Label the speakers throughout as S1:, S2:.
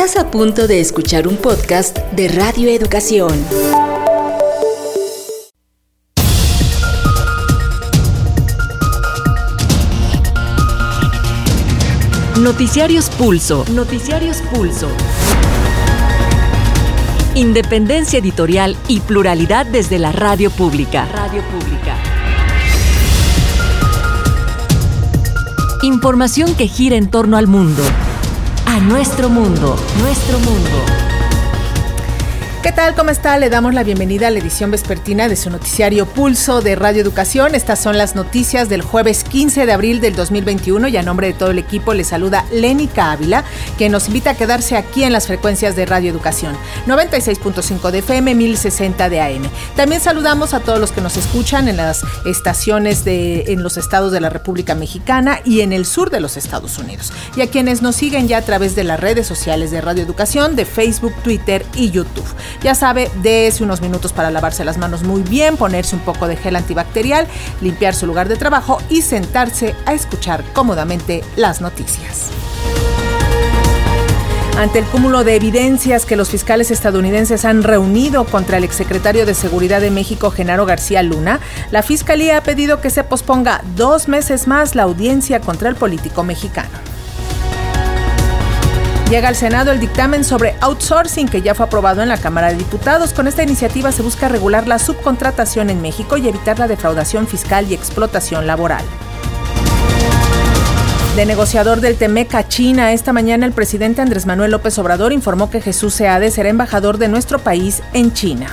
S1: Estás a punto de escuchar un podcast de Radio Educación. Noticiarios Pulso. Noticiarios Pulso. Independencia editorial y pluralidad desde la radio pública. Radio pública. Información que gira en torno al mundo. A nuestro mundo. Nuestro mundo.
S2: ¿Qué tal? ¿Cómo está? Le damos la bienvenida a la edición vespertina de su noticiario Pulso de Radio Educación. Estas son las noticias del jueves 15 de abril del 2021 y a nombre de todo el equipo le saluda Lénica Ávila, quien nos invita a quedarse aquí en las frecuencias de Radio Educación, 96.5 de FM, 1060 de AM. También saludamos a todos los que nos escuchan en las estaciones en los estados de la República Mexicana y en el sur de los Estados Unidos. Y a quienes nos siguen ya a través de las redes sociales de Radio Educación, de Facebook, Twitter y YouTube. Ya sabe, dése unos minutos para lavarse las manos muy bien, ponerse un poco de gel antibacterial, limpiar su lugar de trabajo y sentarse a escuchar cómodamente las noticias. Ante el cúmulo de evidencias que los fiscales estadounidenses han reunido contra el exsecretario de Seguridad de México, Genaro García Luna, la Fiscalía ha pedido que se posponga 2 meses más la audiencia contra el político mexicano. Llega al Senado el dictamen sobre outsourcing que ya fue aprobado en la Cámara de Diputados. Con esta iniciativa se busca regular la subcontratación en México y evitar la defraudación fiscal y explotación laboral. De negociador del TEMEC a China, esta mañana el presidente Andrés Manuel López Obrador informó que Jesús Seade será embajador de nuestro país en China.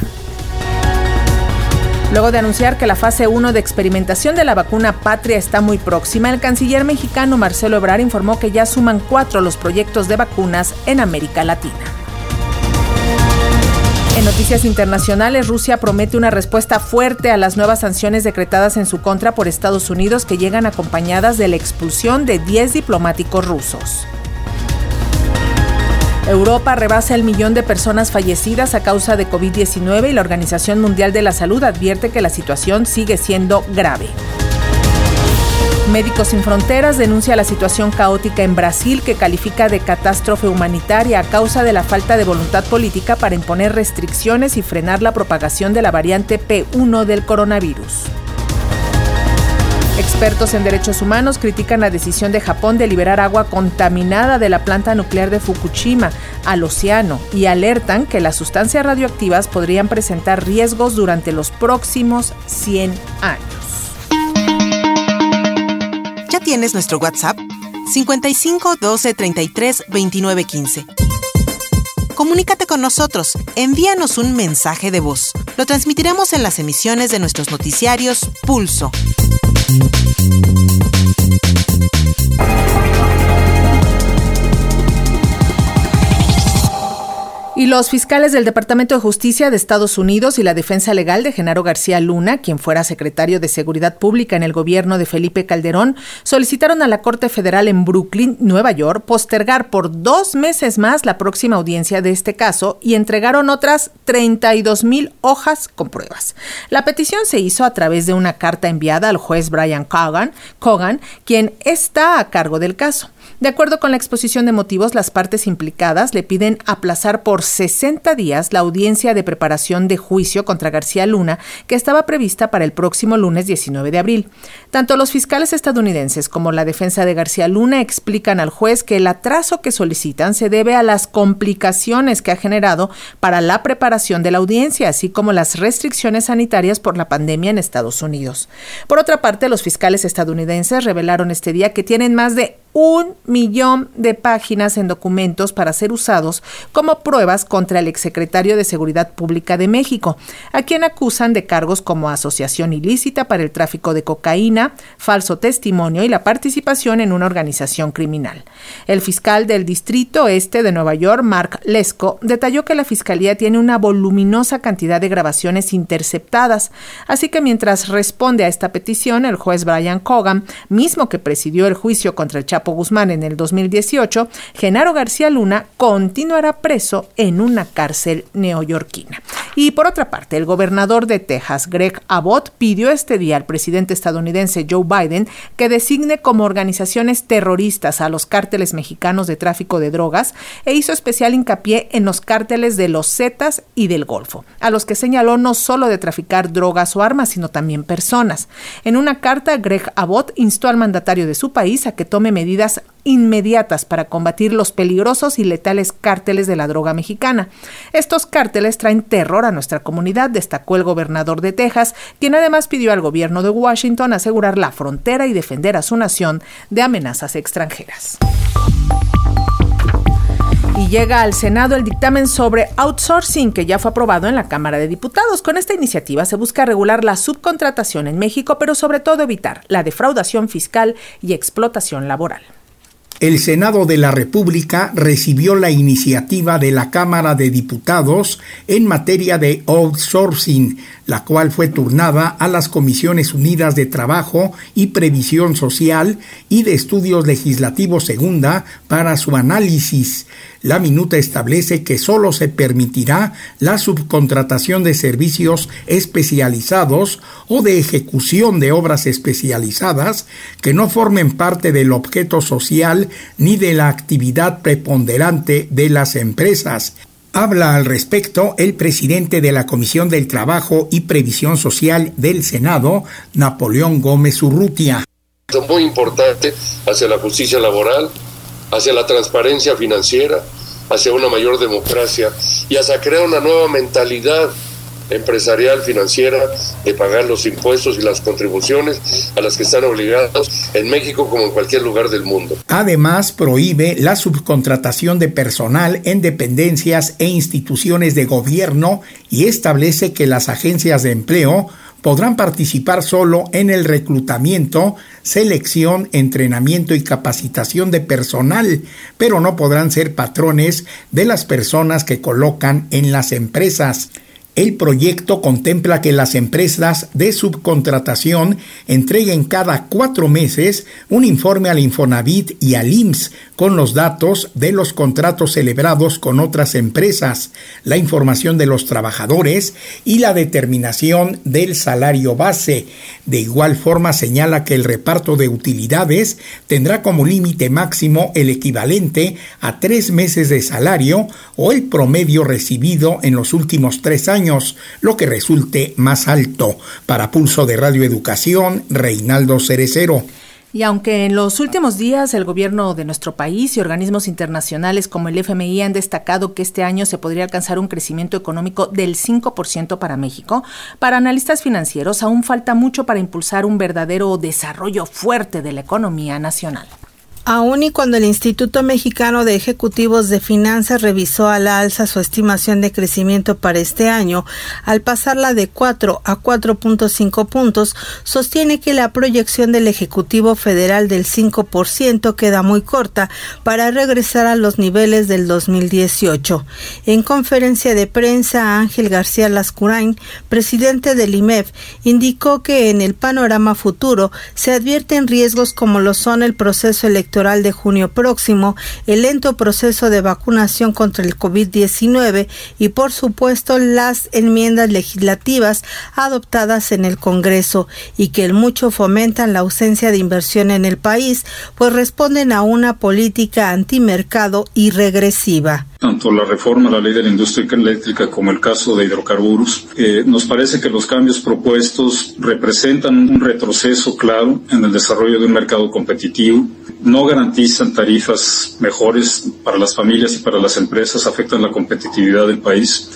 S2: Luego de anunciar que la fase 1 de experimentación de la vacuna Patria está muy próxima, el canciller mexicano Marcelo Ebrard informó que ya suman 4 los proyectos de vacunas en América Latina. En noticias internacionales, Rusia promete una respuesta fuerte a las nuevas sanciones decretadas en su contra por Estados Unidos que llegan acompañadas de la expulsión de 10 diplomáticos rusos. Europa rebasa el 1.000.000 de personas fallecidas a causa de COVID-19 y la Organización Mundial de la Salud advierte que la situación sigue siendo grave. Médicos Sin Fronteras denuncia la situación caótica en Brasil que califica de catástrofe humanitaria a causa de la falta de voluntad política para imponer restricciones y frenar la propagación de la variante P1 del coronavirus. Expertos en derechos humanos critican la decisión de Japón de liberar agua contaminada de la planta nuclear de Fukushima al océano y alertan que las sustancias radioactivas podrían presentar riesgos durante los próximos 100 años.
S3: ¿Ya tienes nuestro WhatsApp? 55 12 33 29 15. Comunícate con nosotros, envíanos un mensaje de voz. Lo transmitiremos en las emisiones de nuestros noticiarios Pulso.
S2: Y los fiscales del Departamento de Justicia de Estados Unidos y la defensa legal de Genaro García Luna, quien fuera secretario de Seguridad Pública en el gobierno de Felipe Calderón, solicitaron a la Corte Federal en Brooklyn, Nueva York, postergar por 2 meses más la próxima audiencia de este caso y entregaron otras 32,000 hojas con pruebas. La petición se hizo a través de una carta enviada al juez Brian Cogan, quien está a cargo del caso. De acuerdo con la exposición de motivos, las partes implicadas le piden aplazar por 60 días la audiencia de preparación de juicio contra García Luna, que estaba prevista para el próximo lunes 19 de abril. Tanto los fiscales estadounidenses como la defensa de García Luna explican al juez que el atraso que solicitan se debe a las complicaciones que ha generado para la preparación de la audiencia, así como las restricciones sanitarias por la pandemia en Estados Unidos. Por otra parte, los fiscales estadounidenses revelaron este día que tienen más de 1,000,000 de páginas en documentos para ser usados como pruebas contra el exsecretario de Seguridad Pública de México, a quien acusan de cargos como asociación ilícita para el tráfico de cocaína, falso testimonio y la participación en una organización criminal. El fiscal del Distrito Este de Nueva York, Mark Lesko, detalló que la Fiscalía tiene una voluminosa cantidad de grabaciones interceptadas, así que mientras responde a esta petición, el juez Brian Cogan, mismo que presidió el juicio contra el Chapo Chapo Guzmán en el 2018, Genaro García Luna continuará preso en una cárcel neoyorquina. Y por otra parte, el gobernador de Texas, Greg Abbott, pidió este día al presidente estadounidense Joe Biden que designe como organizaciones terroristas a los cárteles mexicanos de tráfico de drogas e hizo especial hincapié en los cárteles de los Zetas y del Golfo, a los que señaló no solo de traficar drogas o armas, sino también personas. En una carta, Greg Abbott instó al mandatario de su país a que tome medidas inmediatas para combatir los peligrosos y letales cárteles de la droga mexicana. Estos cárteles traen terror a nuestra comunidad, destacó el gobernador de Texas, quien además pidió al gobierno de Washington asegurar la frontera y defender a su nación de amenazas extranjeras. Y llega al Senado el dictamen sobre outsourcing, que ya fue aprobado en la Cámara de Diputados. Con esta iniciativa se busca regular la subcontratación en México, pero sobre todo evitar la defraudación fiscal y explotación laboral.
S4: El Senado de la República recibió la iniciativa de la Cámara de Diputados en materia de outsourcing, la cual fue turnada a las Comisiones Unidas de Trabajo y Previsión Social y de Estudios Legislativos Segunda para su análisis. La minuta establece que solo se permitirá la subcontratación de servicios especializados o de ejecución de obras especializadas que no formen parte del objeto social ni de la actividad preponderante de las empresas. Habla al respecto el presidente de la Comisión del Trabajo y Previsión Social del Senado, Napoleón Gómez Urrutia.
S5: Es muy importante hacia la justicia laboral, hacia la transparencia financiera, hacia una mayor democracia y hacia crear una nueva mentalidad empresarial, financiera, de pagar los impuestos y las contribuciones a las que están obligados en México como en cualquier lugar del mundo.
S4: Además, prohíbe la subcontratación de personal en dependencias e instituciones de gobierno y establece que las agencias de empleo podrán participar solo en el reclutamiento, selección, entrenamiento y capacitación de personal, pero no podrán ser patrones de las personas que colocan en las empresas. El proyecto contempla que las empresas de subcontratación entreguen cada 4 meses un informe al Infonavit y al IMSS con los datos de los contratos celebrados con otras empresas, la información de los trabajadores y la determinación del salario base. De igual forma señala que el reparto de utilidades tendrá como límite máximo el equivalente a 3 meses de salario o el promedio recibido en los últimos 3 años, lo que resulte más alto. Para Pulso de Radio Educación, Reinaldo Cerecero.
S2: Y aunque en los últimos días el gobierno de nuestro país y organismos internacionales como el FMI han destacado que este año se podría alcanzar un crecimiento económico del 5% para México, para analistas financieros aún falta mucho para impulsar un verdadero desarrollo fuerte de la economía nacional.
S6: Aún y cuando el Instituto Mexicano de Ejecutivos de Finanzas revisó a la alza su estimación de crecimiento para este año, al pasarla de 4 a 4.5 puntos, sostiene que la proyección del Ejecutivo Federal del 5% queda muy corta para regresar a los niveles del 2018. En conferencia de prensa, Ángel García Lascurain, presidente del IMEF, indicó que en el panorama futuro se advierten riesgos como lo son el proceso electoral de junio próximo, el lento proceso de vacunación contra el COVID-19 y, por supuesto, las enmiendas legislativas adoptadas en el Congreso y que el mucho fomentan la ausencia de inversión en el país, pues responden a una política antimercado y regresiva.
S7: Tanto la reforma a la ley de la industria eléctrica como el caso de hidrocarburos, nos parece que los cambios propuestos representan un retroceso claro en el desarrollo de un mercado competitivo, no garantizan tarifas mejores para las familias y para las empresas, afectan la competitividad del país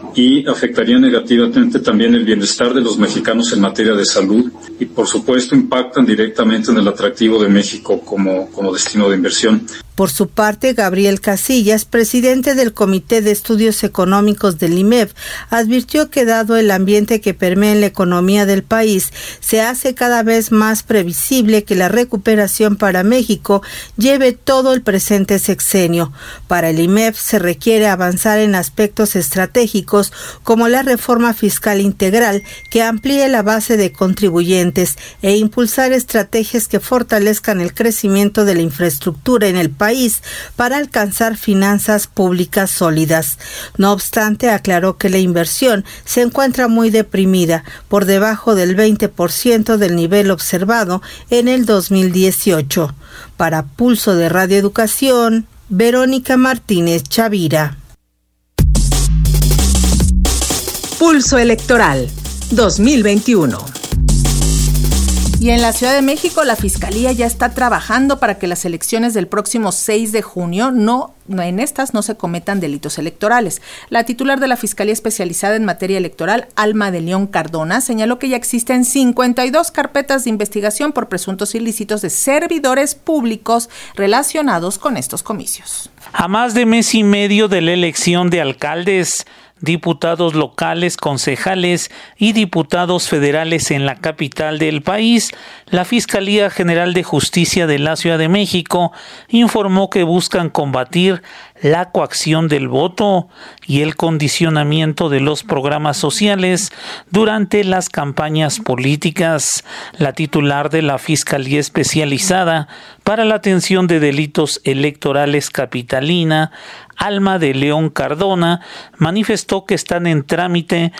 S7: y afectarían negativamente también el bienestar de los mexicanos en materia de salud y, por supuesto, impactan directamente en el atractivo de México como destino de inversión.
S6: Por su parte, Gabriel Casillas, presidente del Comité de Estudios Económicos del IMEF, advirtió que dado el ambiente que permea en la economía del país, se hace cada vez más previsible que la recuperación para México lleve todo el presente sexenio. Para el IMEF se requiere avanzar en aspectos estratégicos como la reforma fiscal integral que amplíe la base de contribuyentes e impulsar estrategias que fortalezcan el crecimiento de la infraestructura en el país para alcanzar finanzas públicas sólidas. No obstante, aclaró que la inversión se encuentra muy deprimida, por debajo del 20% del nivel observado en el 2018. Para Pulso de Radio Educación, Verónica Martínez Chavira.
S1: Pulso Electoral 2021.
S2: Y en la Ciudad de México, la Fiscalía ya está trabajando para que las elecciones del próximo 6 de junio no se cometan delitos electorales. La titular de la Fiscalía Especializada en Materia Electoral, Alma de León Cardona, señaló que ya existen 52 carpetas de investigación por presuntos ilícitos de servidores públicos relacionados con estos comicios.
S8: A más de mes y medio de la elección de alcaldes, diputados locales, concejales y diputados federales en la capital del país, la Fiscalía General de Justicia de la Ciudad de México informó que buscan combatir la coacción del voto y el condicionamiento de los programas sociales durante las campañas políticas. La titular de la Fiscalía Especializada para la Atención de Delitos Electorales capitalina, Alma de León Cardona, manifestó que están en trámite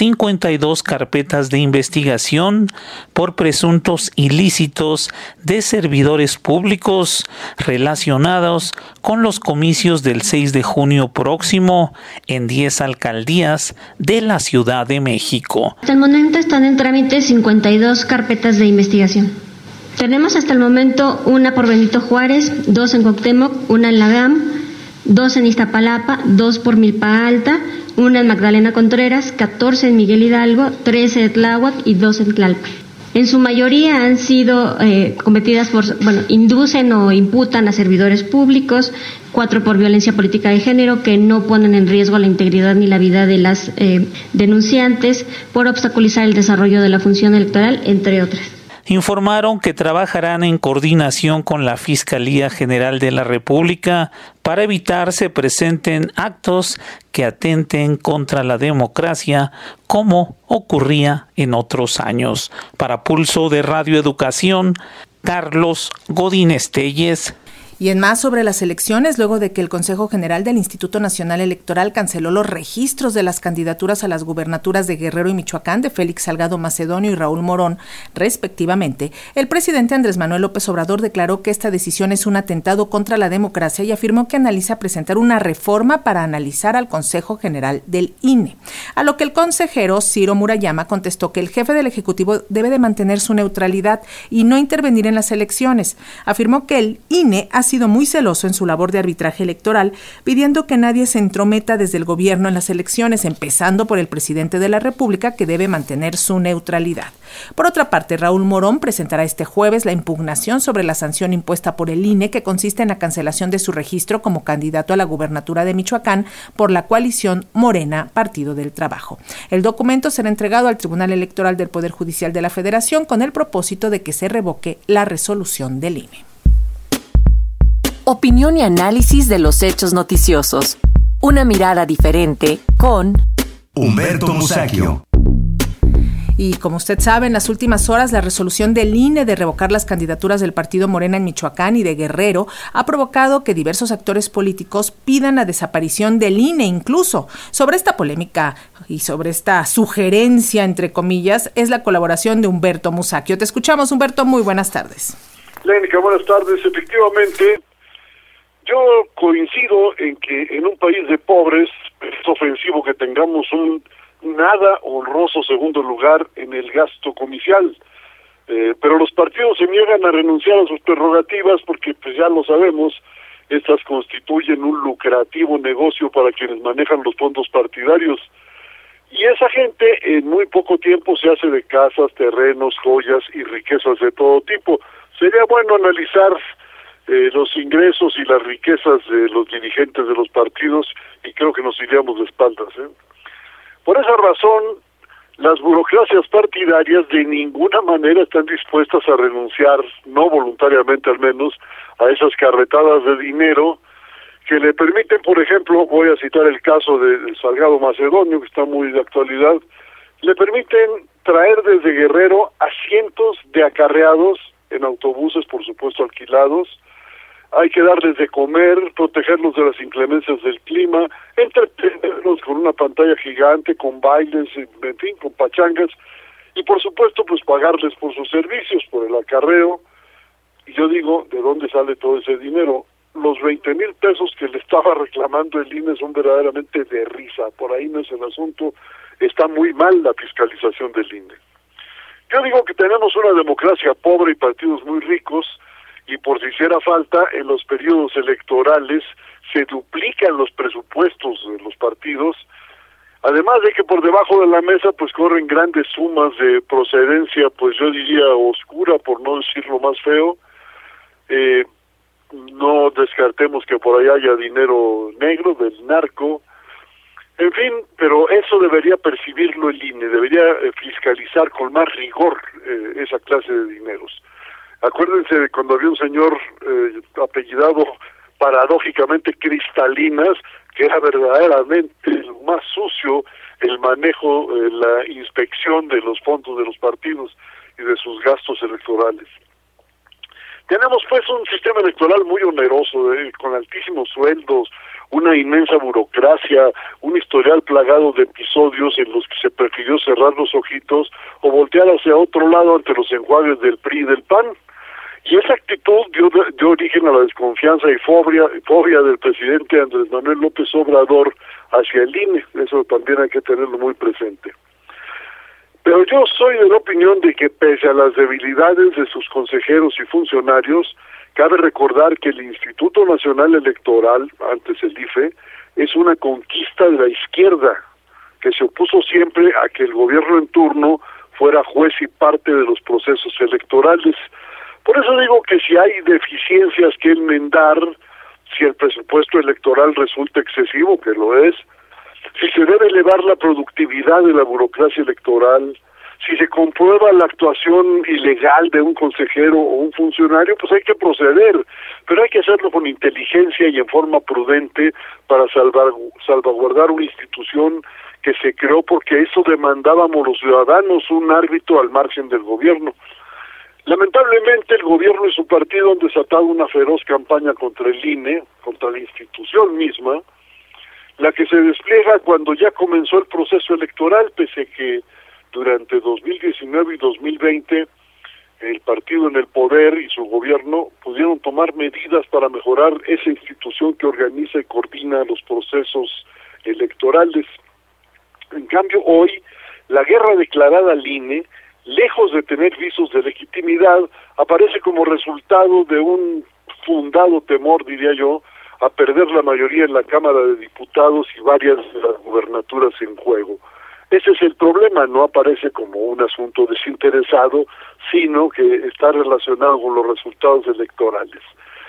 S8: 52 carpetas de investigación por presuntos ilícitos de servidores públicos relacionados con los comicios del 6 de junio próximo en 10 alcaldías de la Ciudad de México.
S9: Hasta el momento están en trámite 52 carpetas de investigación. Tenemos hasta el momento una por Benito Juárez, 2 en Cuauhtémoc, una en la GAM, 2 en Iztapalapa, 2 por Milpa Alta, 1 en Magdalena Contreras, 14 en Miguel Hidalgo, 13 en Tláhuac y 2 en Tlalpan. En su mayoría han sido cometidas inducen o imputan a servidores públicos, 4 por violencia política de género que no ponen en riesgo la integridad ni la vida de las denunciantes, por obstaculizar el desarrollo de la función electoral, entre otras.
S8: Informaron que trabajarán en coordinación con la Fiscalía General de la República para evitar se presenten actos que atenten contra la democracia como ocurría en otros años. Para Pulso de Radio Educación, Carlos Godínez Telles.
S2: Y en más sobre las elecciones, luego de que el Consejo General del Instituto Nacional Electoral canceló los registros de las candidaturas a las gubernaturas de Guerrero y Michoacán de Félix Salgado Macedonio y Raúl Morón, respectivamente, el presidente Andrés Manuel López Obrador declaró que esta decisión es un atentado contra la democracia y afirmó que analiza presentar una reforma para analizar al Consejo General del INE. A lo que el consejero Ciro Murayama contestó que el jefe del Ejecutivo debe de mantener su neutralidad y no intervenir en las elecciones. Afirmó que el INE ha sido muy celoso en su labor de arbitraje electoral, pidiendo que nadie se entrometa desde el gobierno en las elecciones, empezando por el presidente de la República, que debe mantener su neutralidad. Por otra parte, Raúl Morón presentará este jueves la impugnación sobre la sanción impuesta por el INE, que consiste en la cancelación de su registro como candidato a la gubernatura de Michoacán por la coalición Morena, Partido del Trabajo. El documento será entregado al Tribunal Electoral del Poder Judicial de la Federación con el propósito de que se revoque la resolución del INE.
S1: Opinión y análisis de los hechos noticiosos. Una mirada diferente con
S10: Humberto Musacchio.
S2: Y como usted sabe, en las últimas horas la resolución del INE de revocar las candidaturas del partido Morena en Michoacán y de Guerrero ha provocado que diversos actores políticos pidan la desaparición del INE. Incluso sobre esta polémica y sobre esta sugerencia, entre comillas, es la colaboración de Humberto Musacchio. Te escuchamos, Humberto, muy buenas tardes.
S11: Lénica, buenas tardes. Efectivamente, yo coincido en que en un país de pobres es ofensivo que tengamos un nada honroso segundo lugar en el gasto comicial, pero los partidos se niegan a renunciar a sus prerrogativas porque, pues ya lo sabemos, estas constituyen un lucrativo negocio para quienes manejan los fondos partidarios, y esa gente en muy poco tiempo se hace de casas, terrenos, joyas y riquezas de todo tipo. Sería bueno analizar los ingresos y las riquezas de los dirigentes de los partidos, y creo que nos iríamos de espaldas. Por esa razón, las burocracias partidarias de ninguna manera están dispuestas a renunciar, no voluntariamente al menos, a esas carretadas de dinero que le permiten, por ejemplo, voy a citar el caso de Salgado Macedonio, que está muy de actualidad, le permiten traer desde Guerrero a cientos de acarreados en autobuses, por supuesto alquilados. Hay que darles de comer, protegerlos de las inclemencias del clima, entretenerlos con una pantalla gigante, con bailes, en fin, con pachangas, y por supuesto pues pagarles por sus servicios, por el acarreo. Y yo digo, ¿de dónde sale todo ese dinero? Los 20,000 pesos que le estaba reclamando el INE son verdaderamente de risa. Por ahí no es el asunto. Está muy mal la fiscalización del INE. Yo digo que tenemos una democracia pobre y partidos muy ricos, y por si hiciera falta, en los periodos electorales se duplican los presupuestos de los partidos, además de que por debajo de la mesa pues corren grandes sumas de procedencia, pues yo diría oscura, por no decirlo más feo. No descartemos que por ahí haya dinero negro del narco, en fin, pero eso debería percibirlo el INE, debería fiscalizar con más rigor esa clase de dineros. Acuérdense de cuando había un señor apellidado paradójicamente Cristalinas, que era verdaderamente lo más sucio el manejo, la inspección de los fondos de los partidos y de sus gastos electorales. Tenemos pues un sistema electoral muy oneroso, con altísimos sueldos, una inmensa burocracia, un historial plagado de episodios en los que se prefirió cerrar los ojitos o voltear hacia otro lado ante los enjuagues del PRI y del PAN. Y esa actitud dio origen a la desconfianza y fobia del presidente Andrés Manuel López Obrador hacia el INE. Eso también hay que tenerlo muy presente. Pero yo soy de la opinión de que pese a las debilidades de sus consejeros y funcionarios, cabe recordar que el Instituto Nacional Electoral, antes el IFE, es una conquista de la izquierda, que se opuso siempre a que el gobierno en turno fuera juez y parte de los procesos electorales. Por eso digo que si hay deficiencias que enmendar, si el presupuesto electoral resulta excesivo, que lo es, si se debe elevar la productividad de la burocracia electoral, si se comprueba la actuación ilegal de un consejero o un funcionario, pues hay que proceder, pero hay que hacerlo con inteligencia y en forma prudente para salvaguardar una institución que se creó porque eso demandábamos los ciudadanos, un árbitro al margen del gobierno. Lamentablemente el gobierno y su partido han desatado una feroz campaña contra el INE, contra la institución misma, la que se despliega cuando ya comenzó el proceso electoral, pese que durante 2019 y 2020 el partido en el poder y su gobierno pudieron tomar medidas para mejorar esa institución que organiza y coordina los procesos electorales. En cambio, hoy, la guerra declarada al INE, lejos de tener visos de legitimidad, aparece como resultado de un fundado temor, diría yo, a perder la mayoría en la Cámara de Diputados y varias de las gubernaturas en juego. Ese es el problema, no aparece como un asunto desinteresado, sino que está relacionado con los resultados electorales.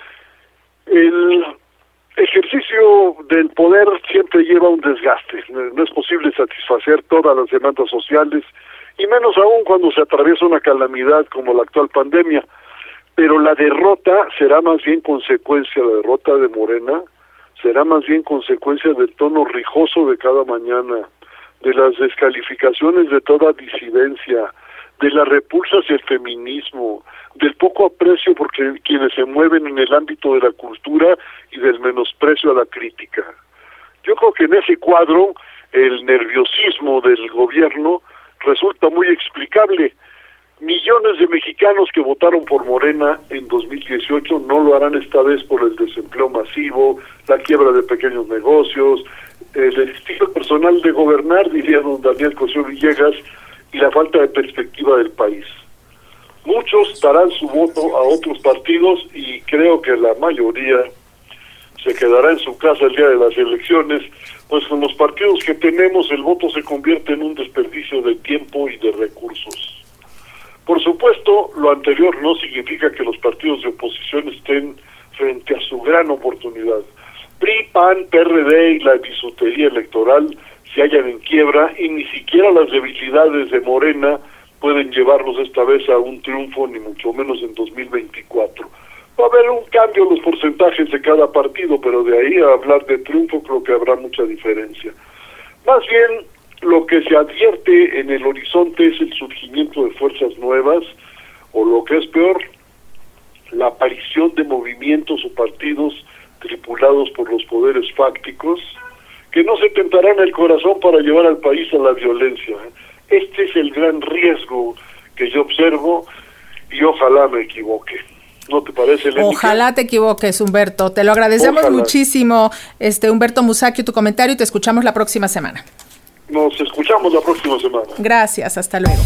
S11: El ejercicio del poder siempre lleva un desgaste, no es posible satisfacer todas las demandas sociales, y menos aún cuando se atraviesa una calamidad como la actual pandemia. Pero la derrota será más bien consecuencia, la derrota de Morena, será más bien consecuencia del tono rijoso de cada mañana, de las descalificaciones de toda disidencia, de la repulsa hacia el feminismo, del poco aprecio por quienes se mueven en el ámbito de la cultura y del menosprecio a la crítica. Yo creo que en ese cuadro el nerviosismo del gobierno resulta muy explicable. Millones de mexicanos que votaron por Morena en 2018 no lo harán esta vez por el desempleo masivo, la quiebra de pequeños negocios, el estilo personal de gobernar, diría don Daniel Cosío Villegas, y la falta de perspectiva del país. Muchos darán su voto a otros partidos y creo que la mayoría se quedará en su casa el día de las elecciones, pues con los partidos que tenemos el voto se convierte en un desperdicio de tiempo y de recursos. Por supuesto, lo anterior no significa que los partidos de oposición estén frente a su gran oportunidad. PRI, PAN, PRD y la bisutería electoral se hallan en quiebra y ni siquiera las debilidades de Morena pueden llevarlos esta vez a un triunfo, ni mucho menos en 2024. Va a haber un cambio en los porcentajes de cada partido, pero de ahí a hablar de triunfo creo que habrá mucha diferencia. Más bien, lo que se advierte en el horizonte es el surgimiento de fuerzas nuevas, o lo que es peor, la aparición de movimientos o partidos tripulados por los poderes fácticos, que no se tentarán el corazón para llevar al país a la violencia. Este es el gran riesgo que yo observo y ojalá me equivoque. ¿No te parece, Lénica?
S2: Ojalá te equivoques, Humberto. Te lo agradecemos muchísimo, Humberto Musacchio, tu comentario, y te escuchamos la próxima semana.
S11: Nos escuchamos la próxima semana.
S2: Gracias, hasta luego.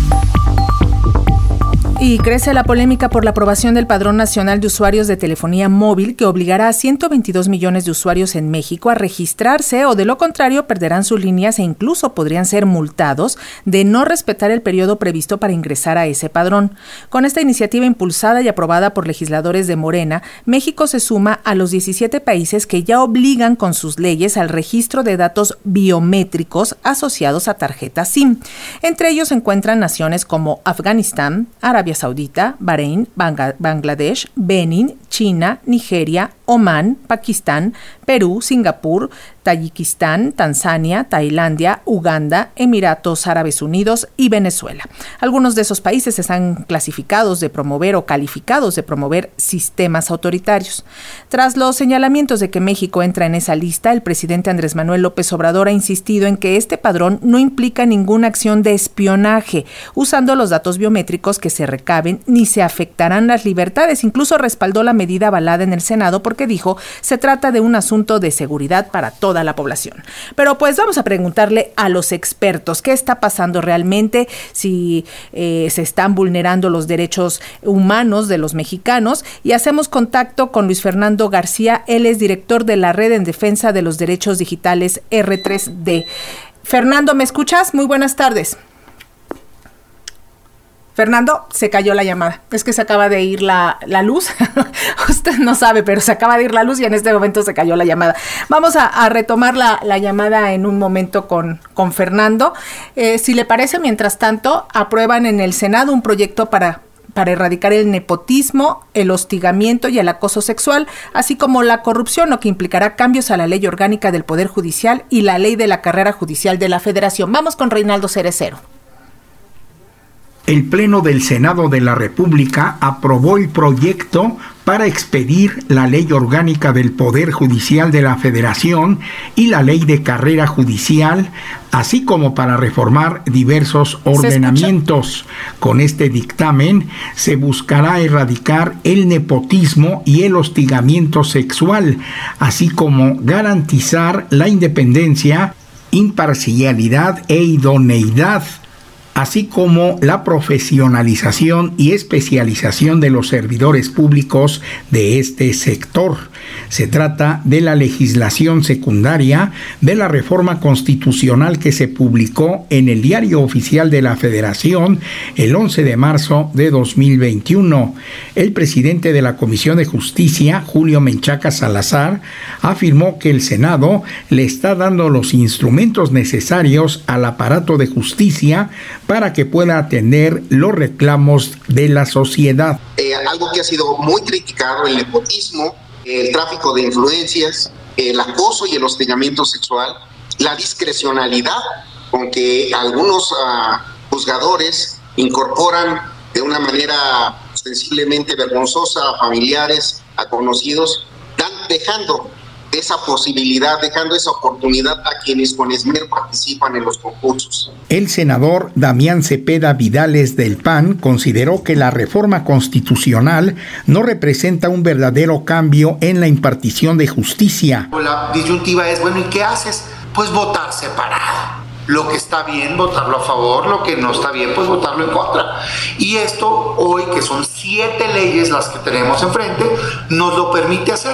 S2: Y crece la polémica por la aprobación del Padrón Nacional de Usuarios de Telefonía Móvil, que obligará a 122 millones de usuarios en México a registrarse, o de lo contrario perderán sus líneas e incluso podrían ser multados de no respetar el periodo previsto para ingresar a ese padrón. Con esta iniciativa impulsada y aprobada por legisladores de Morena, México se suma a los 17 países que ya obligan con sus leyes al registro de datos biométricos asociados a tarjetas SIM. Entre ellos se encuentran naciones como Afganistán, Arabia Saudita, Bahrein, Bangladesh, Benín, China, Nigeria, Omán, Pakistán, Perú, Singapur, Tayikistán, Tanzania, Tailandia, Uganda, Emiratos Árabes Unidos y Venezuela. Algunos de esos países están clasificados de promover o calificados de promover sistemas autoritarios. Tras los señalamientos de que México entra en esa lista, el presidente Andrés Manuel López Obrador ha insistido en que este padrón no implica ninguna acción de espionaje, usando los datos biométricos que se recaben, ni se afectarán las libertades. Incluso respaldó la medida avalada en el Senado porque dijo se trata de un asunto de seguridad para toda la población. Pero pues vamos a preguntarle a los expertos qué está pasando realmente, si se están vulnerando los derechos humanos de los mexicanos, y hacemos contacto con Luis Fernando García. Él es director de la Red en Defensa de los Derechos Digitales R3D. Fernando, ¿me escuchas? Muy buenas tardes. Fernando, se cayó la llamada. Es que se acaba de ir la luz. Usted no sabe, pero se acaba de ir la luz y en este momento se cayó la llamada. Vamos a retomar la llamada en un momento con Fernando. Si le parece, mientras tanto, aprueban en el Senado un proyecto para erradicar el nepotismo, el hostigamiento y el acoso sexual, así como la corrupción, lo que implicará cambios a la Ley Orgánica del Poder Judicial y la Ley de la Carrera Judicial de la Federación. Vamos con Reinaldo Cerecero.
S4: El Pleno del Senado de la República aprobó el proyecto para expedir la Ley Orgánica del Poder Judicial de la Federación y la Ley de Carrera Judicial, así como para reformar diversos ordenamientos. Con este dictamen se buscará erradicar el nepotismo y el hostigamiento sexual, así como garantizar la independencia, imparcialidad e idoneidad, así como la profesionalización y especialización de los servidores públicos de este sector. Se trata de la legislación secundaria de la reforma constitucional que se publicó en el Diario Oficial de la Federación el 11 de marzo de 2021. El presidente de la Comisión de Justicia, Julio Menchaca Salazar, afirmó que el Senado le está dando los instrumentos necesarios al aparato de justicia para que pueda atender los reclamos de la sociedad.
S12: Algo que ha sido muy criticado, el nepotismo, el tráfico de influencias, el acoso y el hostigamiento sexual, la discrecionalidad con que algunos juzgadores incorporan de una manera sensiblemente vergonzosa a familiares, a conocidos, dejando esa posibilidad, dejando esa oportunidad a quienes con esmero participan en los concursos.
S4: El senador Damián Cepeda Vidales del PAN consideró que la reforma constitucional no representa un verdadero cambio en la impartición de justicia.
S13: La disyuntiva es, bueno, ¿y qué haces? Pues votar separado. Lo que está bien, votarlo a favor, lo que no está bien, pues votarlo en contra. Y esto hoy, que son 7 leyes las que tenemos enfrente, nos lo permite hacer.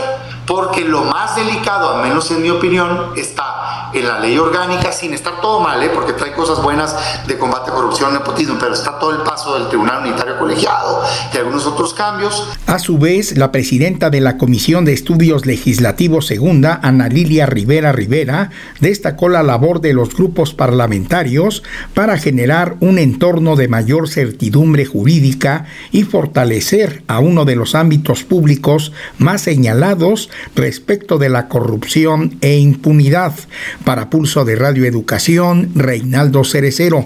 S13: porque lo más delicado, al menos en mi opinión, está en la ley orgánica, sin estar todo mal, porque trae cosas buenas de combate a corrupción, nepotismo, pero está todo el paso del Tribunal Unitario Colegiado y algunos otros cambios.
S4: A su vez, la presidenta de la Comisión de Estudios Legislativos Segunda, Ana Lilia Rivera Rivera, destacó la labor de los grupos parlamentarios para generar un entorno de mayor certidumbre jurídica y fortalecer a uno de los ámbitos públicos más señalados respecto de la corrupción e impunidad. Para Pulso de Radio Educación, Reinaldo Cerecero.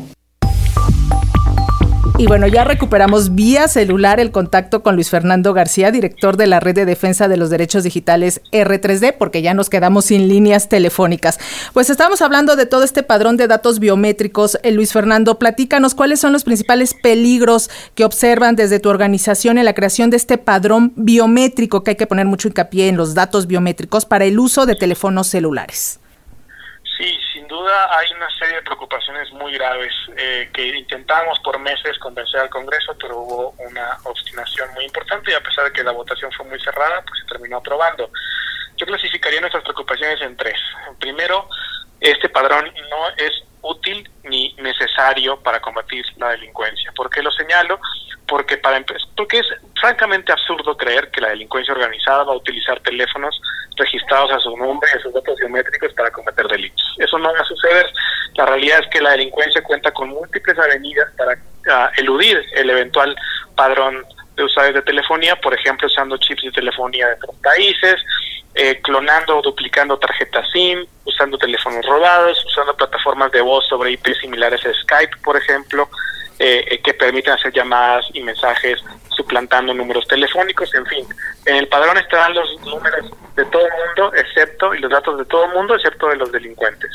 S2: Y bueno, ya recuperamos vía celular el contacto con Luis Fernando García, director de la Red de Defensa de los Derechos Digitales R3D, porque ya nos quedamos sin líneas telefónicas. Pues estamos hablando de todo este padrón de datos biométricos. Luis Fernando, platícanos cuáles son los principales peligros que observan desde tu organización en la creación de este padrón biométrico, que hay que poner mucho hincapié en los datos biométricos para el uso de teléfonos celulares.
S14: Sí, sin duda hay una serie de preocupaciones muy graves que intentamos por meses convencer al Congreso, pero hubo una obstinación muy importante y a pesar de que la votación fue muy cerrada, pues se terminó aprobando. Yo clasificaría nuestras preocupaciones en tres. Primero, este padrón no es útil ni necesario para combatir la delincuencia. ¿Por qué lo señalo? Porque es francamente absurdo creer que la delincuencia organizada va a utilizar teléfonos registrados a su nombre y a sus datos biométricos para cometer delitos. Eso no va a suceder. La realidad es que la delincuencia cuenta con múltiples avenidas para eludir el eventual padrón de usuarios de telefonía, por ejemplo, usando chips de telefonía de otros países, clonando o duplicando tarjetas SIM, usando teléfonos robados, usando plataformas de voz sobre IP similares a Skype, por ejemplo, que permiten hacer llamadas y mensajes suplantando números telefónicos. En fin, en el padrón estarán los números de todo el mundo, y los datos de todo el mundo, excepto de los delincuentes.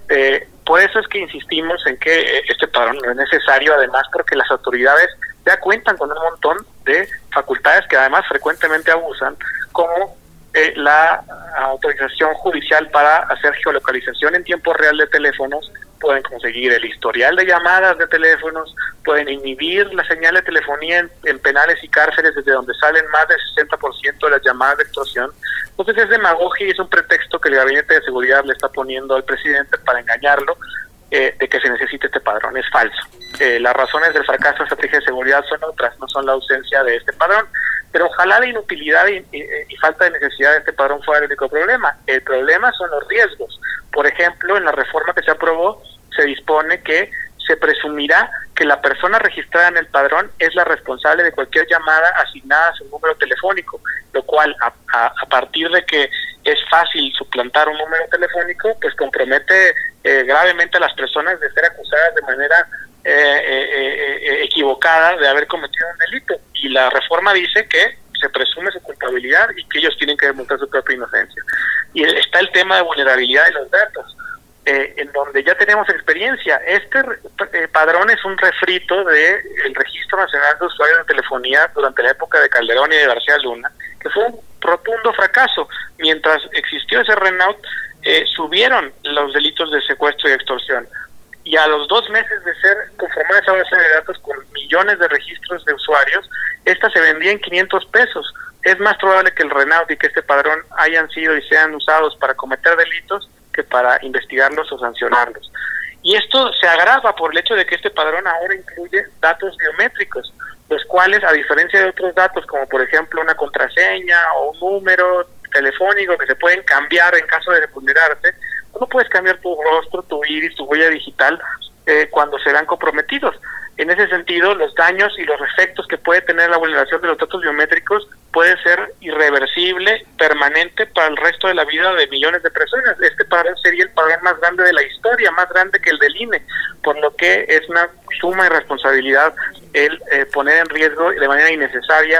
S14: Por eso es que insistimos en que este padrón no es necesario, además porque las autoridades ya cuentan con un montón de facultades que además frecuentemente abusan, como la autorización judicial para hacer geolocalización en tiempo real de teléfonos, pueden conseguir el historial de llamadas de teléfonos, pueden inhibir la señal de telefonía en penales y cárceles desde donde salen más del 60% de las llamadas de extorsión. Entonces es demagogia y es un pretexto que el Gabinete de Seguridad le está poniendo al presidente para engañarlo de que se necesite este padrón. Es falso. Las razones del fracaso de la estrategia de seguridad son otras, no son la ausencia de este padrón. Pero ojalá la inutilidad y falta de necesidad de este padrón fuera el único problema. El problema son los riesgos. Por ejemplo, en la reforma que se aprobó, se dispone que se presumirá que la persona registrada en el padrón es la responsable de cualquier llamada asignada a su número telefónico, lo cual, a partir de que es fácil suplantar un número telefónico, pues compromete gravemente a las personas de ser acusadas de manera equivocada de haber cometido un delito. Y la reforma dice que se presume su culpabilidad y que ellos tienen que demostrar su propia inocencia. Y está el tema de vulnerabilidad de los datos, en donde ya tenemos experiencia. Este padrón es un refrito del Registro Nacional de Usuarios de Telefonía durante la época de Calderón y de García Luna, que fue un rotundo fracaso. Mientras existió ese RENAUT, subieron los delitos de secuestro y extorsión. Y a los 2 meses de ser conformada esa base de datos con millones de registros de usuarios, esta se vendía en 500 pesos. Es más probable que el RENAUT y que este padrón hayan sido y sean usados para cometer delitos que para investigarlos o sancionarlos. Y esto se agrava por el hecho de que este padrón ahora incluye datos biométricos, los cuales, a diferencia de otros datos, como por ejemplo una contraseña o un número telefónico que se pueden cambiar en caso de vulnerarse, no puedes cambiar tu rostro, tu iris, tu huella digital cuando serán comprometidos. En ese sentido, los daños y los efectos que puede tener la vulneración de los datos biométricos puede ser irreversible, permanente para el resto de la vida de millones de personas. Este padrón sería el padrón más grande de la historia, más grande que el del INE, por lo que es una suma irresponsabilidad el poner en riesgo de manera innecesaria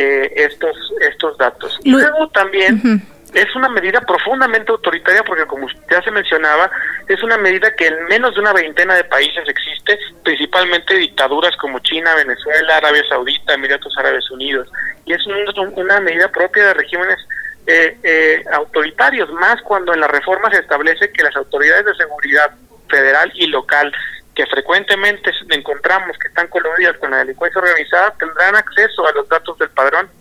S14: estos datos. Y luego también es una medida profundamente autoritaria porque, como ya se mencionaba, es una medida que en menos de una veintena de países existe, principalmente dictaduras como China, Venezuela, Arabia Saudita, Emiratos Árabes Unidos, y es una medida propia de regímenes autoritarios, más cuando en la reforma se establece que las autoridades de seguridad federal y local, que frecuentemente encontramos que están coludidas con la delincuencia organizada, tendrán acceso a los datos del padrón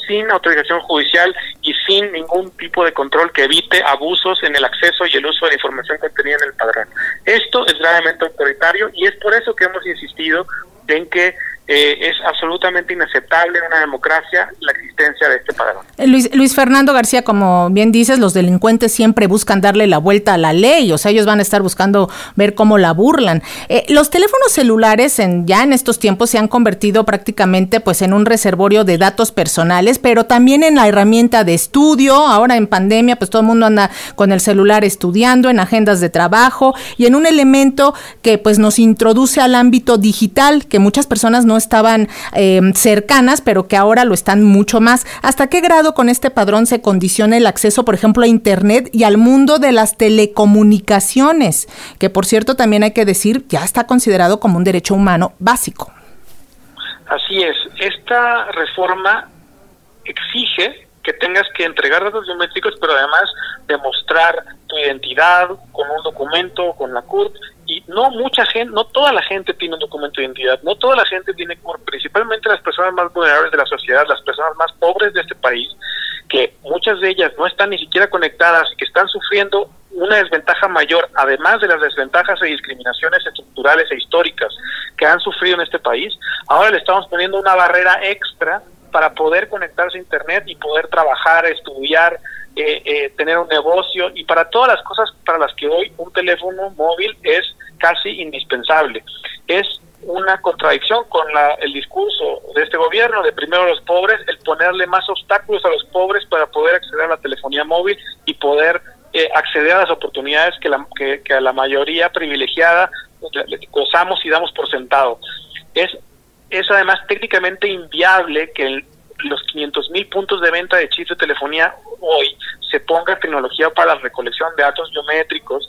S14: sin autorización judicial y sin ningún tipo de control que evite abusos en el acceso y el uso de la información contenida en el padrón. Esto es gravemente autoritario y es por eso que hemos insistido en que es absolutamente inaceptable en una democracia la existencia de este padrón.
S2: Luis Fernando García, como bien dices, los delincuentes siempre buscan darle la vuelta a la ley, o sea, ellos van a estar buscando ver cómo la burlan. Los teléfonos celulares ya en estos tiempos se han convertido prácticamente pues en un reservorio de datos personales, pero también en la herramienta de estudio. Ahora en pandemia pues todo el mundo anda con el celular estudiando, en agendas de trabajo y en un elemento que pues nos introduce al ámbito digital, que muchas personas no estaban cercanas, pero que ahora lo están mucho más. ¿Hasta qué grado con este padrón se condiciona el acceso, por ejemplo, a Internet y al mundo de las telecomunicaciones? Que, por cierto, también hay que decir, ya está considerado como un derecho humano básico.
S14: Así es. Esta reforma exige que tengas que entregar datos biométricos, pero además demostrar tu identidad con un documento, con la CURP, y no toda la gente tiene un documento de identidad, no toda la gente tiene CURP, principalmente las personas más vulnerables de la sociedad, las personas más pobres de este país, que muchas de ellas no están ni siquiera conectadas y que están sufriendo una desventaja mayor, además de las desventajas e discriminaciones estructurales e históricas que han sufrido en este país. Ahora le estamos poniendo una barrera extra para poder conectarse a Internet y poder trabajar, estudiar, tener un negocio y para todas las cosas para las que hoy un teléfono móvil es casi indispensable. Es una contradicción con el discurso de este gobierno de primero los pobres, el ponerle más obstáculos a los pobres para poder acceder a la telefonía móvil y poder acceder a las oportunidades que a la mayoría privilegiada gozamos y damos por sentado. Es además técnicamente inviable que los 500,000 puntos de venta de chips de telefonía hoy se ponga tecnología para la recolección de datos biométricos.